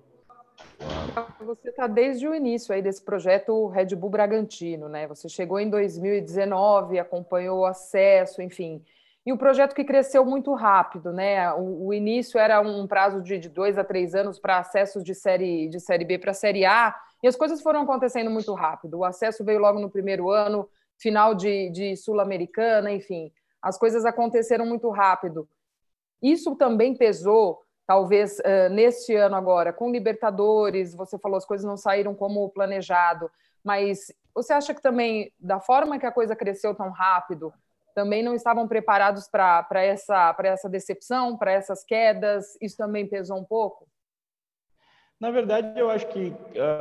Você está desde o início aí desse projeto Red Bull Bragantino, né? Você chegou em 2019, acompanhou o acesso, enfim. E o projeto que cresceu muito rápido, né? O início era um prazo de 2 a 3 anos para acessos de série B para série A, e as coisas foram acontecendo muito rápido. O acesso veio logo no primeiro ano, final de Sul-Americana, enfim. As coisas aconteceram muito rápido. Isso também pesou, talvez, neste ano agora, com Libertadores, você falou as coisas não saíram como planejado, mas você acha que também, da forma que a coisa cresceu tão rápido, também não estavam preparados para essa decepção, para essas quedas? Isso também pesou um pouco? Na verdade, eu acho que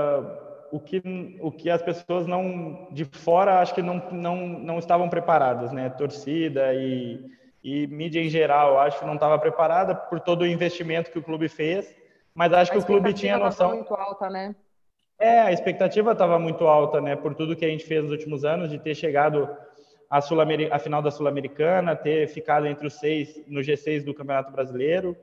o que as pessoas não de fora acho que não estavam preparadas, né? Torcida e mídia em geral, acho que não estava preparada por todo o investimento que o clube fez, mas acho que o clube tinha noção. Muito alta, né? A expectativa estava muito alta, né? Por tudo que a gente fez nos últimos anos, de ter chegado à final da Sul-Americana, ter ficado entre os 6 no G6 do Campeonato Brasileiro,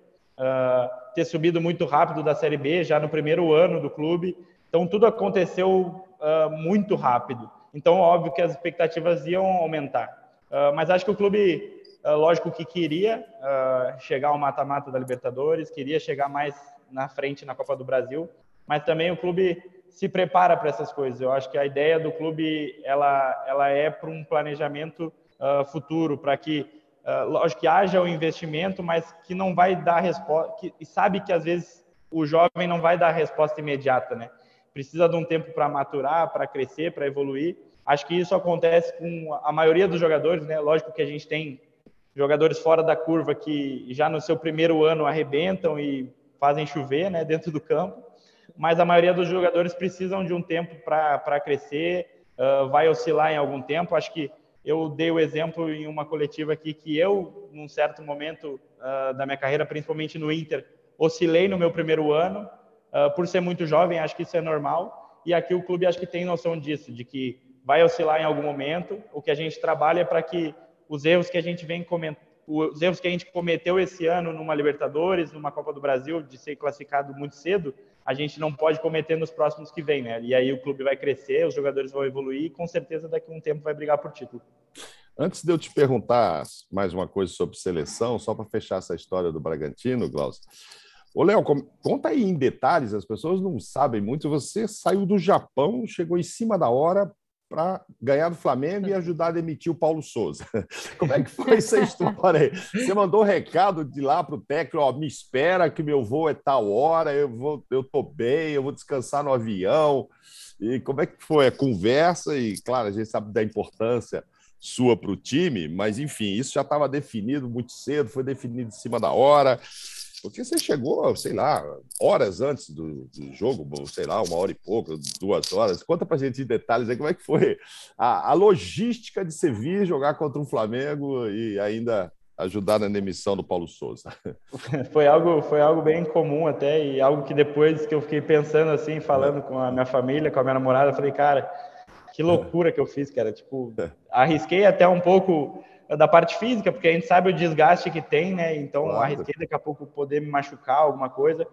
ter subido muito rápido da Série B já no primeiro ano do clube. Então tudo aconteceu muito rápido. Então óbvio que as expectativas iam aumentar. Mas acho que o clube, lógico que queria chegar ao mata-mata da Libertadores, queria chegar mais na frente na Copa do Brasil, mas também o clube se prepara para essas coisas. Eu acho que a ideia do clube ela é para um planejamento futuro, para que, lógico que haja o investimento, mas que não vai dar resposta, e sabe que às vezes o jovem não vai dar resposta imediata, né? Precisa de um tempo para maturar, para crescer, para evoluir. Acho que isso acontece com a maioria dos jogadores, né? Lógico que a gente tem jogadores fora da curva que já no seu primeiro ano arrebentam e fazem chover, né, dentro do campo. Mas a maioria dos jogadores precisam de um tempo para crescer, vai oscilar em algum tempo. Acho que eu dei o exemplo em uma coletiva aqui que eu, num certo momento da minha carreira, principalmente no Inter, oscilei no meu primeiro ano, por ser muito jovem, acho que isso é normal. E aqui o clube acho que tem noção disso, de que vai oscilar em algum momento. O que a gente trabalha é para que os erros que a gente vem comentando, os erros que a gente cometeu esse ano numa Libertadores, numa Copa do Brasil, de ser classificado muito cedo, a gente não pode cometer nos próximos que vem, né? E aí o clube vai crescer, os jogadores vão evoluir e com certeza daqui a um tempo vai brigar por título. Antes de eu te perguntar mais uma coisa sobre seleção, só para fechar essa história do Bragantino, Glaucio. Ô, Léo, conta aí em detalhes, as pessoas não sabem muito. Você saiu do Japão, chegou em cima da hora para ganhar do Flamengo e ajudar a demitir o Paulo Souza. Como é que foi essa história aí? Você mandou um recado de lá para o técnico, ó, me espera que meu voo é tal hora, eu estou bem, eu vou descansar no avião. E como é que foi a conversa? E, claro, a gente sabe da importância sua para o time, mas, enfim, isso já estava definido muito cedo, foi definido em cima da hora. Porque você chegou, sei lá, horas antes do jogo, sei lá, 1 hora e pouco, 2 horas. Conta pra gente em detalhes aí como é que foi a logística de você vir jogar contra um Flamengo e ainda ajudar na demissão do Paulo Souza. Foi algo bem comum até, e algo que depois que eu fiquei pensando assim, falando com a minha família, com a minha namorada, eu falei, cara, que loucura que eu fiz, cara. Tipo, arrisquei até um pouco da parte física, porque a gente sabe o desgaste que tem, né? Então, claro, arrisquei daqui a pouco poder me machucar, alguma coisa.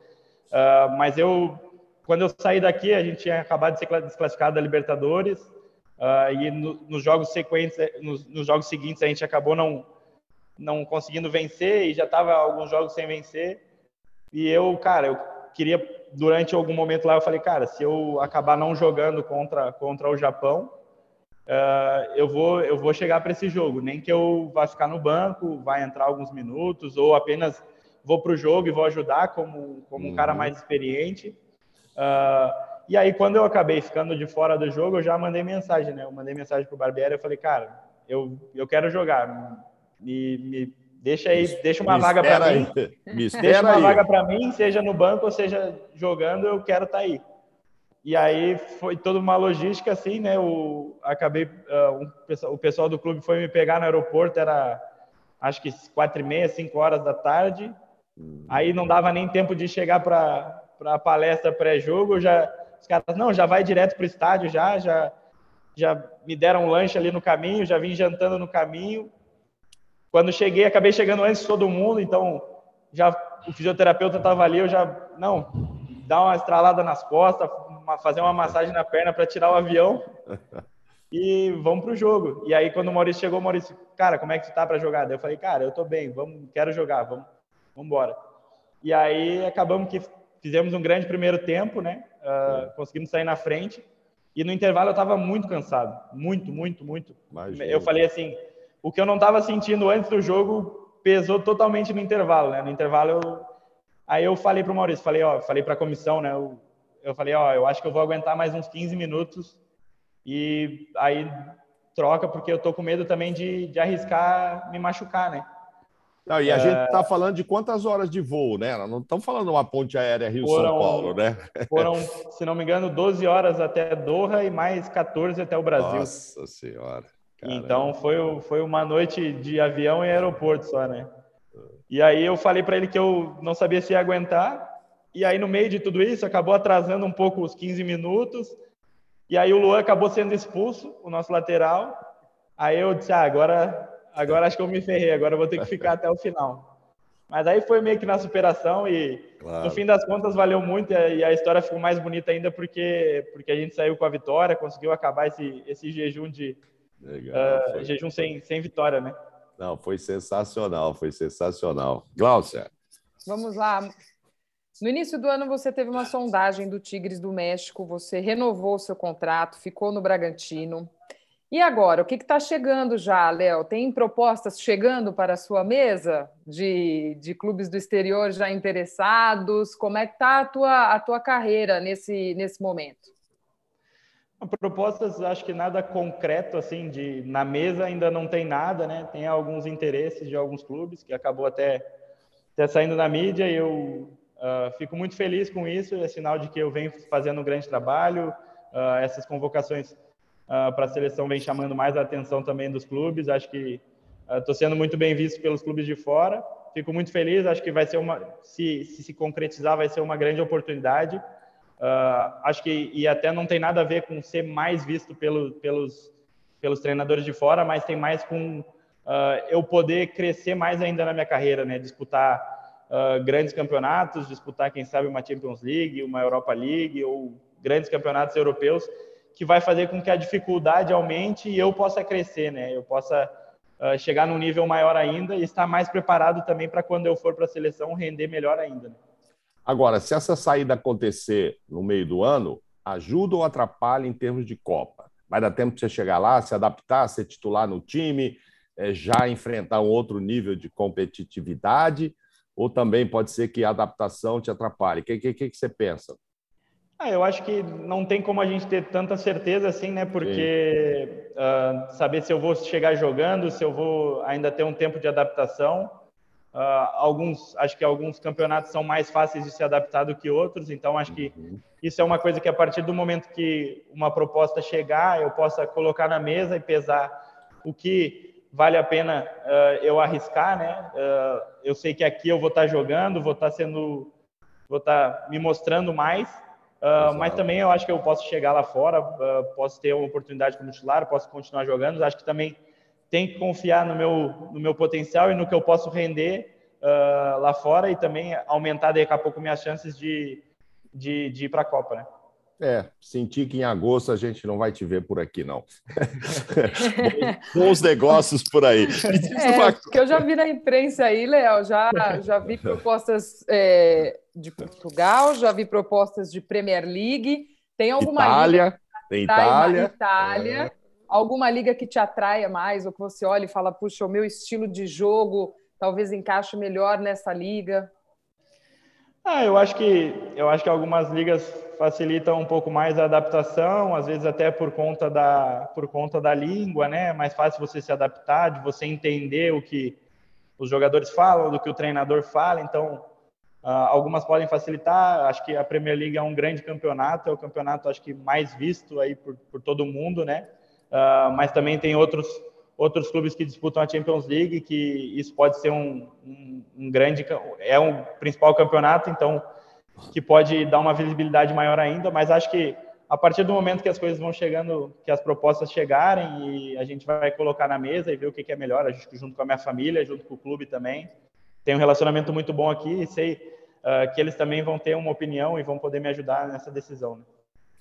Mas quando eu saí daqui, a gente tinha acabado de ser desclassificado da Libertadores, e nos jogos seguintes a gente acabou não conseguindo vencer, e já estava alguns jogos sem vencer. E eu queria, durante algum momento lá, eu falei, cara, se eu acabar não jogando contra o Japão, eu vou chegar para esse jogo, nem que eu vá ficar no banco, vai entrar alguns minutos, ou apenas vou para o jogo e vou ajudar como um cara mais experiente. E aí, quando eu acabei ficando de fora do jogo, eu já mandei mensagem, né? Eu mandei mensagem pro Barbieri, eu falei, cara, eu quero jogar, me deixa aí, deixa uma vaga para mim, deixa uma vaga para mim, seja no banco ou seja jogando, eu quero estar aí. E aí foi toda uma logística assim, né? O pessoal do clube foi me pegar no aeroporto, era acho que 4h30, 5 horas da tarde. Aí não dava nem tempo de chegar para a palestra pré-jogo. Os caras, não, já vai direto para o estádio, já me deram um lanche ali no caminho, já vim jantando no caminho. Quando cheguei, acabei chegando antes de todo mundo, então já o fisioterapeuta estava ali, eu já, não, dá uma estralada nas costas, fazer uma massagem na perna para tirar o avião e vamos pro jogo. E aí, quando o Maurício chegou, o Maurício, cara, como é que tu tá para jogar? Daí eu falei, cara, eu tô bem, quero jogar, vamos embora. E aí, acabamos que fizemos um grande primeiro tempo, né? Conseguimos sair na frente. E no intervalo eu tava muito cansado, muito. Imagina. Eu falei assim, o que eu não tava sentindo antes do jogo pesou totalmente no intervalo, né? No intervalo, aí eu falei pro Maurício, falei pra comissão, né? Eu falei, eu acho que eu vou aguentar mais uns 15 minutos. E aí troca, porque eu tô com medo também de arriscar me machucar, né? Não, e a gente está falando de quantas horas de voo, né? Nós não estamos falando de uma ponte aérea Rio-São Paulo, né? Foram, se não me engano, 12 horas até Doha e mais 14 até o Brasil. Nossa Senhora. Caramba. Então foi uma noite de avião e aeroporto só, né? E aí eu falei para ele que eu não sabia se ia aguentar. E aí no meio de tudo isso acabou atrasando um pouco os 15 minutos. E aí o Luan acabou sendo expulso, o nosso lateral. Aí eu disse, agora acho que eu me ferrei, agora eu vou ter que ficar até o final. Mas aí foi meio que na superação e claro, no fim das contas valeu muito e a história ficou mais bonita ainda porque a gente saiu com a vitória, conseguiu acabar esse jejum de jejum sem vitória, né? Não, foi sensacional, foi sensacional. Gláucia. Vamos lá. No início do ano você teve uma sondagem do Tigres do México, você renovou o seu contrato, ficou no Bragantino. E agora, o que está chegando já, Léo? Tem propostas chegando para a sua mesa de clubes do exterior já interessados? Como é que está a tua carreira nesse momento? Propostas, acho que nada concreto, assim, na mesa ainda não tem nada, né? Tem alguns interesses de alguns clubes, que acabou até saindo na mídia, e eu fico muito feliz com isso, é sinal de que eu venho fazendo um grande trabalho, essas convocações para a seleção vem chamando mais a atenção também dos clubes, acho que estou sendo muito bem visto pelos clubes de fora, fico muito feliz, acho que vai ser se concretizar, vai ser uma grande oportunidade. Acho que e até não tem nada a ver com ser mais visto pelos treinadores de fora, mas tem mais com eu poder crescer mais ainda na minha carreira, né? Disputar grandes campeonatos, disputar, quem sabe, uma Champions League, uma Europa League ou grandes campeonatos europeus, que vai fazer com que a dificuldade aumente e eu possa crescer, né? Eu possa chegar num nível maior ainda e estar mais preparado também para quando eu for para a seleção render melhor ainda, né? Agora, se essa saída acontecer no meio do ano, ajuda ou atrapalha em termos de Copa? Vai dar tempo para você chegar lá, se adaptar, ser titular no time, já enfrentar um outro nível de competitividade? Ou também pode ser que a adaptação te atrapalhe? O que você pensa? Eu acho que não tem como a gente ter tanta certeza assim, né? Porque saber se eu vou chegar jogando, se eu vou ainda ter um tempo de adaptação. Acho que alguns campeonatos são mais fáceis de se adaptar do que outros, então acho que isso é uma coisa que a partir do momento que uma proposta chegar, eu possa colocar na mesa e pesar o que vale a pena eu arriscar, né? Eu sei que aqui eu vou estar jogando, vou estar me mostrando mais, mas também eu acho que eu posso chegar lá fora, posso ter uma oportunidade como titular, posso continuar jogando, acho que também tem que confiar no meu potencial e no que eu posso render lá fora e também aumentar daqui a pouco minhas chances de ir para a Copa, né? Senti que em agosto a gente não vai te ver por aqui, não. Bons negócios por aí. Que eu já vi na imprensa aí, Léo, já vi propostas de Portugal, já vi propostas de Premier League, tem alguma Itália, liga Itália. Alguma liga que te atraia mais, ou que você olha e fala, puxa, o meu estilo de jogo talvez encaixe melhor nessa liga? Eu acho que algumas ligas facilitam um pouco mais a adaptação, às vezes até por conta da língua, né? É mais fácil você se adaptar, de você entender o que os jogadores falam, do que o treinador fala, então algumas podem facilitar. Acho que a Premier League é um grande campeonato, é o campeonato acho que mais visto aí por todo mundo, né? Mas também tem outros clubes que disputam a Champions League, que isso pode ser um grande... É um principal campeonato, então, que pode dar uma visibilidade maior ainda, mas acho que a partir do momento que as coisas vão chegando, que as propostas chegarem, e a gente vai colocar na mesa e ver o que é melhor, acho que junto com a minha família, junto com o clube também. Tem um relacionamento muito bom aqui e sei que eles também vão ter uma opinião e vão poder me ajudar nessa decisão, né?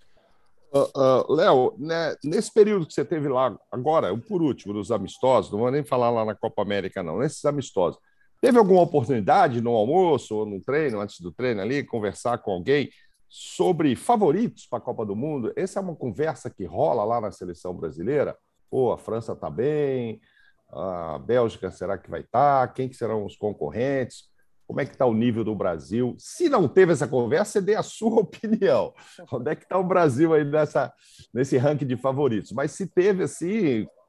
Léo, né, nesse período que você teve lá, agora, por último, dos amistosos, não vou nem falar lá na Copa América, não, nesses amistosos, teve alguma oportunidade no almoço ou no treino, antes do treino ali, conversar com alguém sobre favoritos para a Copa do Mundo? Essa é uma conversa que rola lá na seleção brasileira? A França está bem, a Bélgica será que vai estar? Quem que serão os concorrentes? Como é que está o nível do Brasil? Se não teve essa conversa, você dê a sua opinião. Onde é que está o Brasil aí nesse ranking de favoritos? Mas se teve, assim,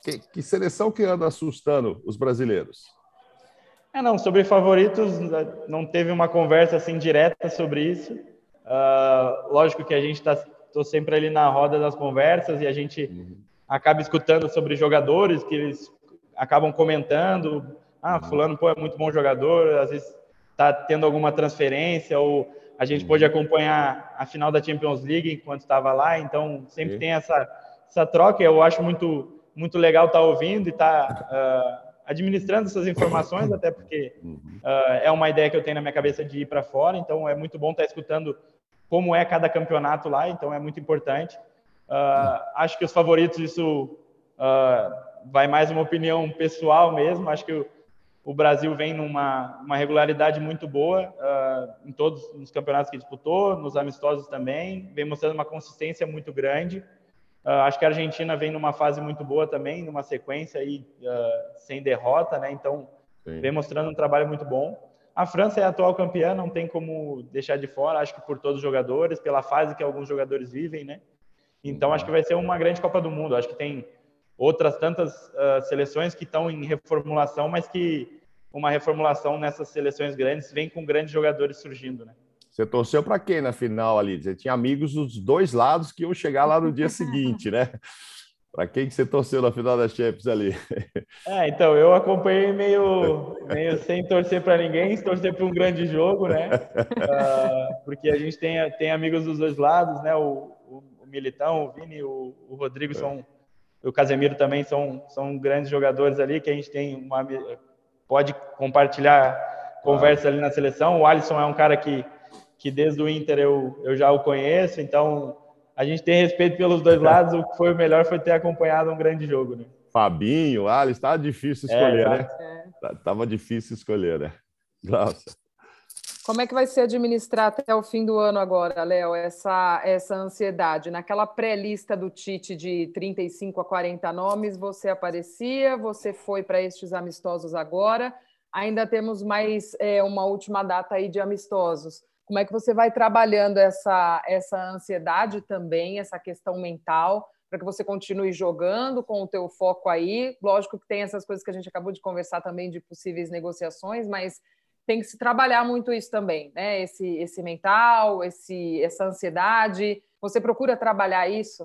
Que seleção que anda assustando os brasileiros? Não, sobre favoritos, não teve uma conversa assim direta sobre isso. Lógico que a gente tô sempre ali na roda das conversas e a gente acaba escutando sobre jogadores que eles acabam comentando. Fulano, pô, é muito bom jogador, às vezes está tendo alguma transferência, ou a gente pôde acompanhar a final da Champions League enquanto estava lá, então sempre tem essa troca. Eu acho muito legal estar ouvindo e estar administrando essas informações, até porque é uma ideia que eu tenho na minha cabeça de ir para fora, então é muito bom estar escutando como é cada campeonato lá, então é muito importante. Acho que os favoritos, isso vai mais uma opinião pessoal mesmo, acho que o Brasil vem numa regularidade muito boa em todos os campeonatos que disputou, nos amistosos também, vem mostrando uma consistência muito grande. Acho que a Argentina vem numa fase muito boa também, numa sequência aí, sem derrota, né? Então, vem mostrando um trabalho muito bom. A França é a atual campeã, não tem como deixar de fora, acho que por todos os jogadores, pela fase que alguns jogadores vivem, né? Então, acho que vai ser uma grande Copa do Mundo. Acho que tem outras tantas seleções que estão em reformulação, mas que uma reformulação nessas seleções grandes vem com grandes jogadores surgindo, né? Você torceu para quem na final ali? Você tinha amigos dos dois lados que iam chegar lá no dia seguinte, né? Para quem que você torceu na final da Champions ali? Então, eu acompanhei meio sem torcer para ninguém, torcer para um grande jogo, né? Porque a gente tem amigos dos dois lados, né? O Militão, o Vini, o Rodrigo o Casemiro também são grandes jogadores ali, que a gente pode compartilhar conversa ali na seleção. O Alisson é um cara que desde o Inter eu já o conheço, então a gente tem respeito pelos dois lados. O que foi o melhor foi ter acompanhado um grande jogo, né? Fabinho, Alisson, estava difícil escolher, né? Tava difícil escolher, né? Nossa. Como é que vai ser administrar até o fim do ano agora, Léo, essa ansiedade? Naquela pré-lista do Tite de 35 a 40 nomes, você aparecia, você foi para estes amistosos agora, ainda temos mais uma última data aí de amistosos. Como é que você vai trabalhando essa ansiedade também, essa questão mental, para que você continue jogando com o teu foco aí? Lógico que tem essas coisas que a gente acabou de conversar também de possíveis negociações, mas tem que se trabalhar muito isso também, né? Esse mental, essa ansiedade. Você procura trabalhar isso?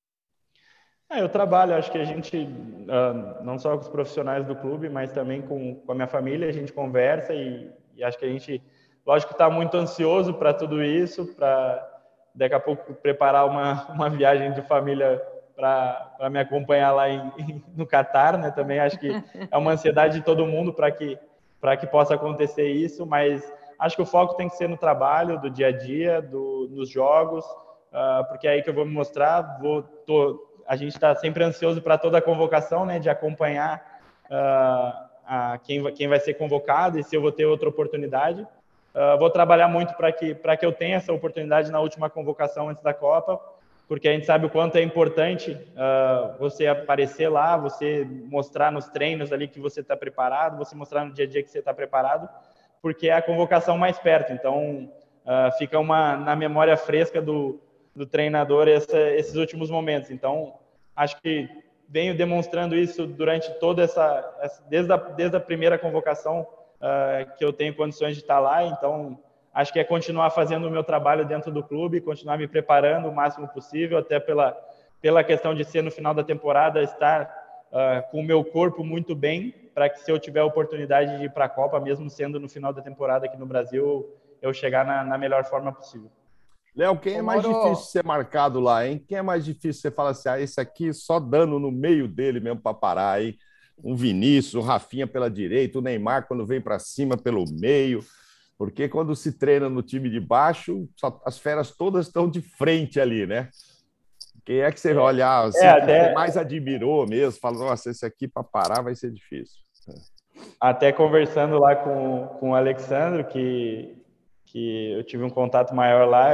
Eu trabalho, acho que a gente, não só com os profissionais do clube, mas também com a minha família, a gente conversa e acho que a gente, lógico, está muito ansioso para tudo isso, para daqui a pouco preparar uma viagem de família para me acompanhar lá no Catar, né? Também acho que é uma ansiedade de todo mundo para que possa acontecer isso, mas acho que o foco tem que ser no trabalho, do dia a dia, nos jogos, porque é aí que eu vou me mostrar. A gente está sempre ansioso para toda a convocação, né, de acompanhar quem vai ser convocado e se eu vou ter outra oportunidade. Vou trabalhar muito para que eu tenha essa oportunidade na última convocação antes da Copa, porque a gente sabe o quanto é importante você aparecer lá, você mostrar nos treinos ali que você está preparado, você mostrar no dia a dia que você está preparado, porque é a convocação mais perto. Então, fica na memória fresca do treinador esses últimos momentos. Então, acho que venho demonstrando isso durante toda desde a primeira convocação que eu tenho condições de estar lá. Então, acho que é continuar fazendo o meu trabalho dentro do clube, continuar me preparando o máximo possível, até pela questão de ser no final da temporada, estar com o meu corpo muito bem, para que se eu tiver a oportunidade de ir para a Copa, mesmo sendo no final da temporada aqui no Brasil, eu chegar na melhor forma possível. Léo, quem é mais difícil ser marcado lá, hein? Quem é mais difícil você fala assim, esse aqui só dando no meio dele mesmo para parar, hein? Um Vinícius, o Rafinha pela direita, o Neymar quando vem para cima pelo meio, porque quando se treina no time de baixo, as feras todas estão de frente ali, né? Quem é que você vai olhar assim, que você mais admirou mesmo? Fala, nossa, esse aqui para parar vai ser difícil. Até conversando lá com o Alexandre, que eu tive um contato maior lá,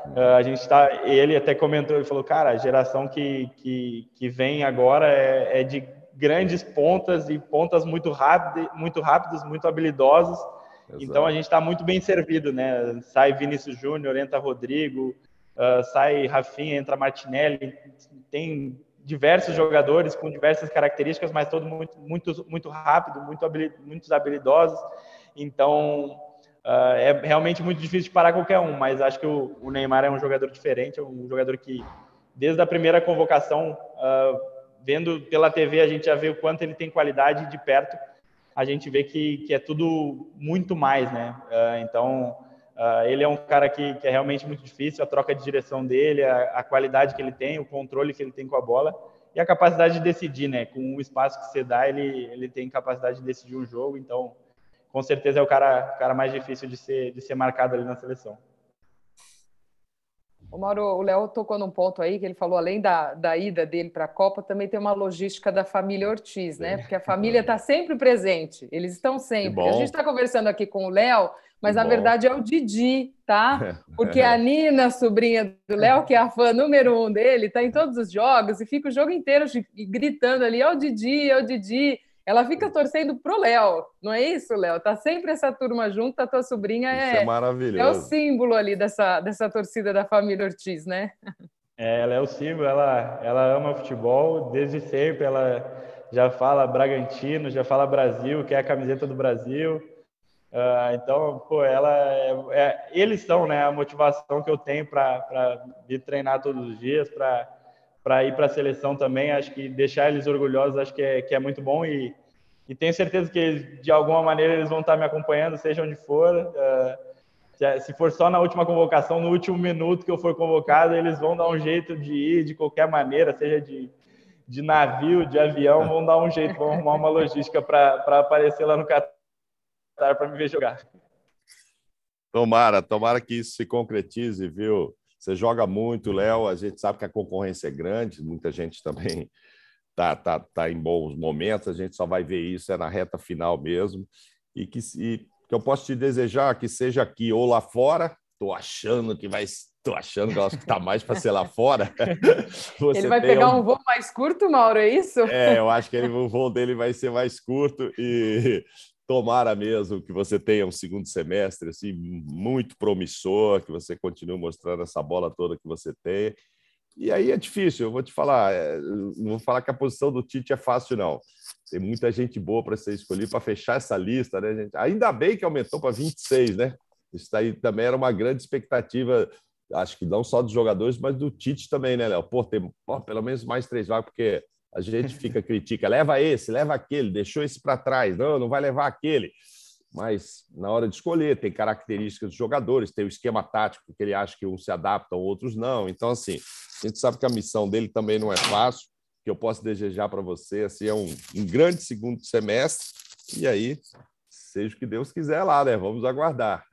ele até comentou, ele falou, cara, a geração que vem agora é de grandes pontas e pontas muito rápidas, muito habilidosos. Exato. Então a gente está muito bem servido, né? Sai Vinícius Júnior, entra Rodrigo, sai Rafinha, entra Martinelli, tem diversos jogadores com diversas características, mas todos muito rápido, muitos habilidosos. Então, é realmente muito difícil de parar qualquer um, mas acho que o Neymar é um jogador diferente, é um jogador que, desde a primeira convocação, vendo pela TV, a gente já vê o quanto ele tem qualidade, de perto a gente vê que é tudo muito mais, né? Então, ele é um cara que é realmente muito difícil, a troca de direção dele, a qualidade que ele tem, o controle que ele tem com a bola e a capacidade de decidir, né? Com o espaço que você dá, ele tem capacidade de decidir um jogo, então, com certeza é o cara mais difícil de ser marcado ali na seleção. O Mauro, o Léo tocou num ponto aí que ele falou, além da ida dele para a Copa, também tem uma logística da família Ortiz, né? Porque a família está sempre presente, eles estão sempre. A gente está conversando aqui com o Léo, mas na verdade é o Didi, tá? Porque a Nina, sobrinha do Léo, que é a fã número 1 dele, está em todos os jogos e fica o jogo inteiro gritando ali, ó o Didi, ó o Didi. Ela fica torcendo pro Léo, não é isso, Léo? Tá sempre essa turma junto, a tua sobrinha é maravilhoso. É o símbolo ali dessa torcida da família Ortiz, né? Ela é o símbolo, ela ama futebol desde sempre, ela já fala Bragantino, já fala Brasil, quer a camiseta do Brasil. Então, pô, eles são, né, a motivação que eu tenho para vir treinar todos os dias, para ir para a seleção também. Acho que deixar eles orgulhosos, acho que é muito bom e tenho certeza que de alguma maneira eles vão estar me acompanhando, seja onde for. Se for só na última convocação, no último minuto que eu for convocado, eles vão dar um jeito de ir de qualquer maneira, seja de navio, de avião, vão dar um jeito, vão arrumar uma logística para aparecer lá no Catar para me ver jogar. Tomara que isso se concretize, viu? Você joga muito, Léo, a gente sabe que a concorrência é grande, muita gente também tá em bons momentos, a gente só vai ver isso na reta final mesmo, e que eu posso te desejar que seja aqui ou lá fora, tô achando que eu acho que está mais para ser lá fora. Ele vai pegar um voo mais curto, Mauro, é isso? Eu acho que o voo dele vai ser mais curto e tomara mesmo que você tenha um segundo semestre assim, muito promissor, que você continue mostrando essa bola toda que você tem. E aí é difícil, eu vou te falar, não vou falar que a posição do Tite é fácil, não. Tem muita gente boa para ser escolhida, para fechar essa lista, né, gente? Ainda bem que aumentou para 26, né? Isso aí também era uma grande expectativa, acho que não só dos jogadores, mas do Tite também, né, Léo? Tem pelo menos mais 3 vagas, porque a gente critica, leva esse, leva aquele, deixou esse para trás, não vai levar aquele. Mas na hora de escolher, tem características dos jogadores, tem o esquema tático que ele acha que uns se adaptam, outros não. Então, assim, a gente sabe que a missão dele também não é fácil. O que eu posso desejar para você assim, é um grande segundo semestre. E aí, seja o que Deus quiser lá, né? Vamos aguardar.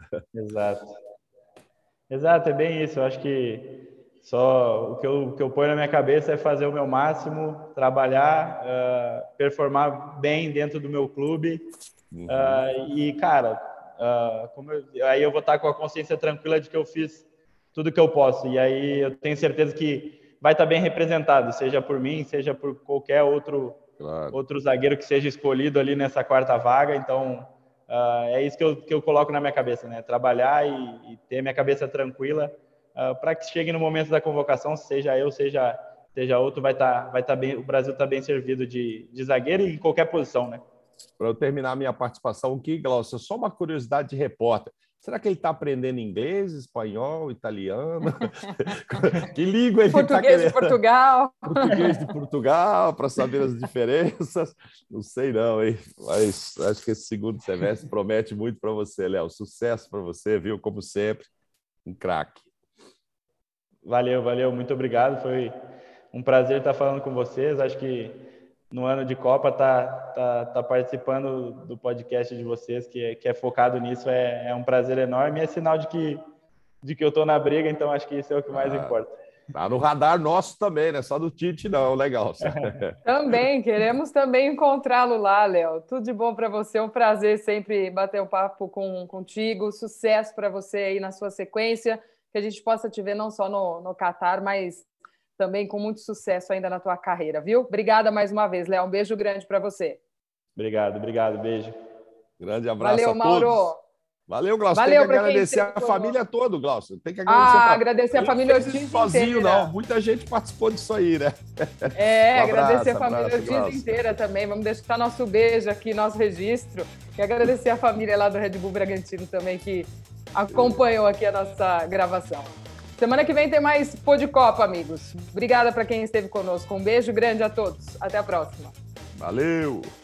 Exato, é bem isso. Eu acho que só o que eu ponho na minha cabeça é fazer o meu máximo, trabalhar, performar bem dentro do meu clube. E, cara, aí eu vou estar com a consciência tranquila de que eu fiz tudo que eu posso. E aí eu tenho certeza que vai estar bem representado, seja por mim, seja por qualquer outro zagueiro que seja escolhido ali nessa quarta vaga. Então, é isso que eu coloco na minha cabeça, né? Trabalhar e ter minha cabeça tranquila para que chegue no momento da convocação, seja eu, seja outro, vai estar bem, o Brasil está bem servido de zagueiro e em qualquer posição, né? Para eu terminar a minha participação aqui, Glaucio, só uma curiosidade de repórter. Será que ele está aprendendo inglês, espanhol, italiano? Que língua ele está querendo? Português de Portugal. Português de Portugal, para saber as diferenças. Não sei não, hein? Mas acho que esse segundo semestre promete muito para você, Léo. Sucesso para você, viu? Como sempre, um craque. Valeu. Muito obrigado. Foi um prazer estar falando com vocês. Acho que no ano de Copa tá participando do podcast de vocês, que é focado nisso, é um prazer enorme e é sinal de que eu estou na briga, então acho que isso é o que mais importa. Tá no radar nosso também, né? Só do Tite não, legal. Também, queremos também encontrá-lo lá, Léo. Tudo de bom para você, é um prazer sempre bater um papo contigo, sucesso para você aí na sua sequência, que a gente possa te ver não só no Catar, mas também com muito sucesso ainda na tua carreira, viu? Obrigada mais uma vez, Léo. Um beijo grande para você. Obrigado. Beijo. Grande abraço. Valeu, a Mauro. todos. Valeu, Glaucio. Valeu tem que agradecer a família toda, Glaucio. Tem que agradecer a família Ortiz sozinho, inteira. não. Muita gente participou disso aí, né? Agradecer a família Ortiz inteira também. Vamos deixar nosso beijo aqui, nosso registro. E agradecer a família lá do Red Bull Bragantino também, que acompanhou aqui a nossa gravação. Semana que vem tem mais Pô de Copa, amigos. Obrigada para quem esteve conosco. Um beijo grande a todos. Até a próxima. Valeu!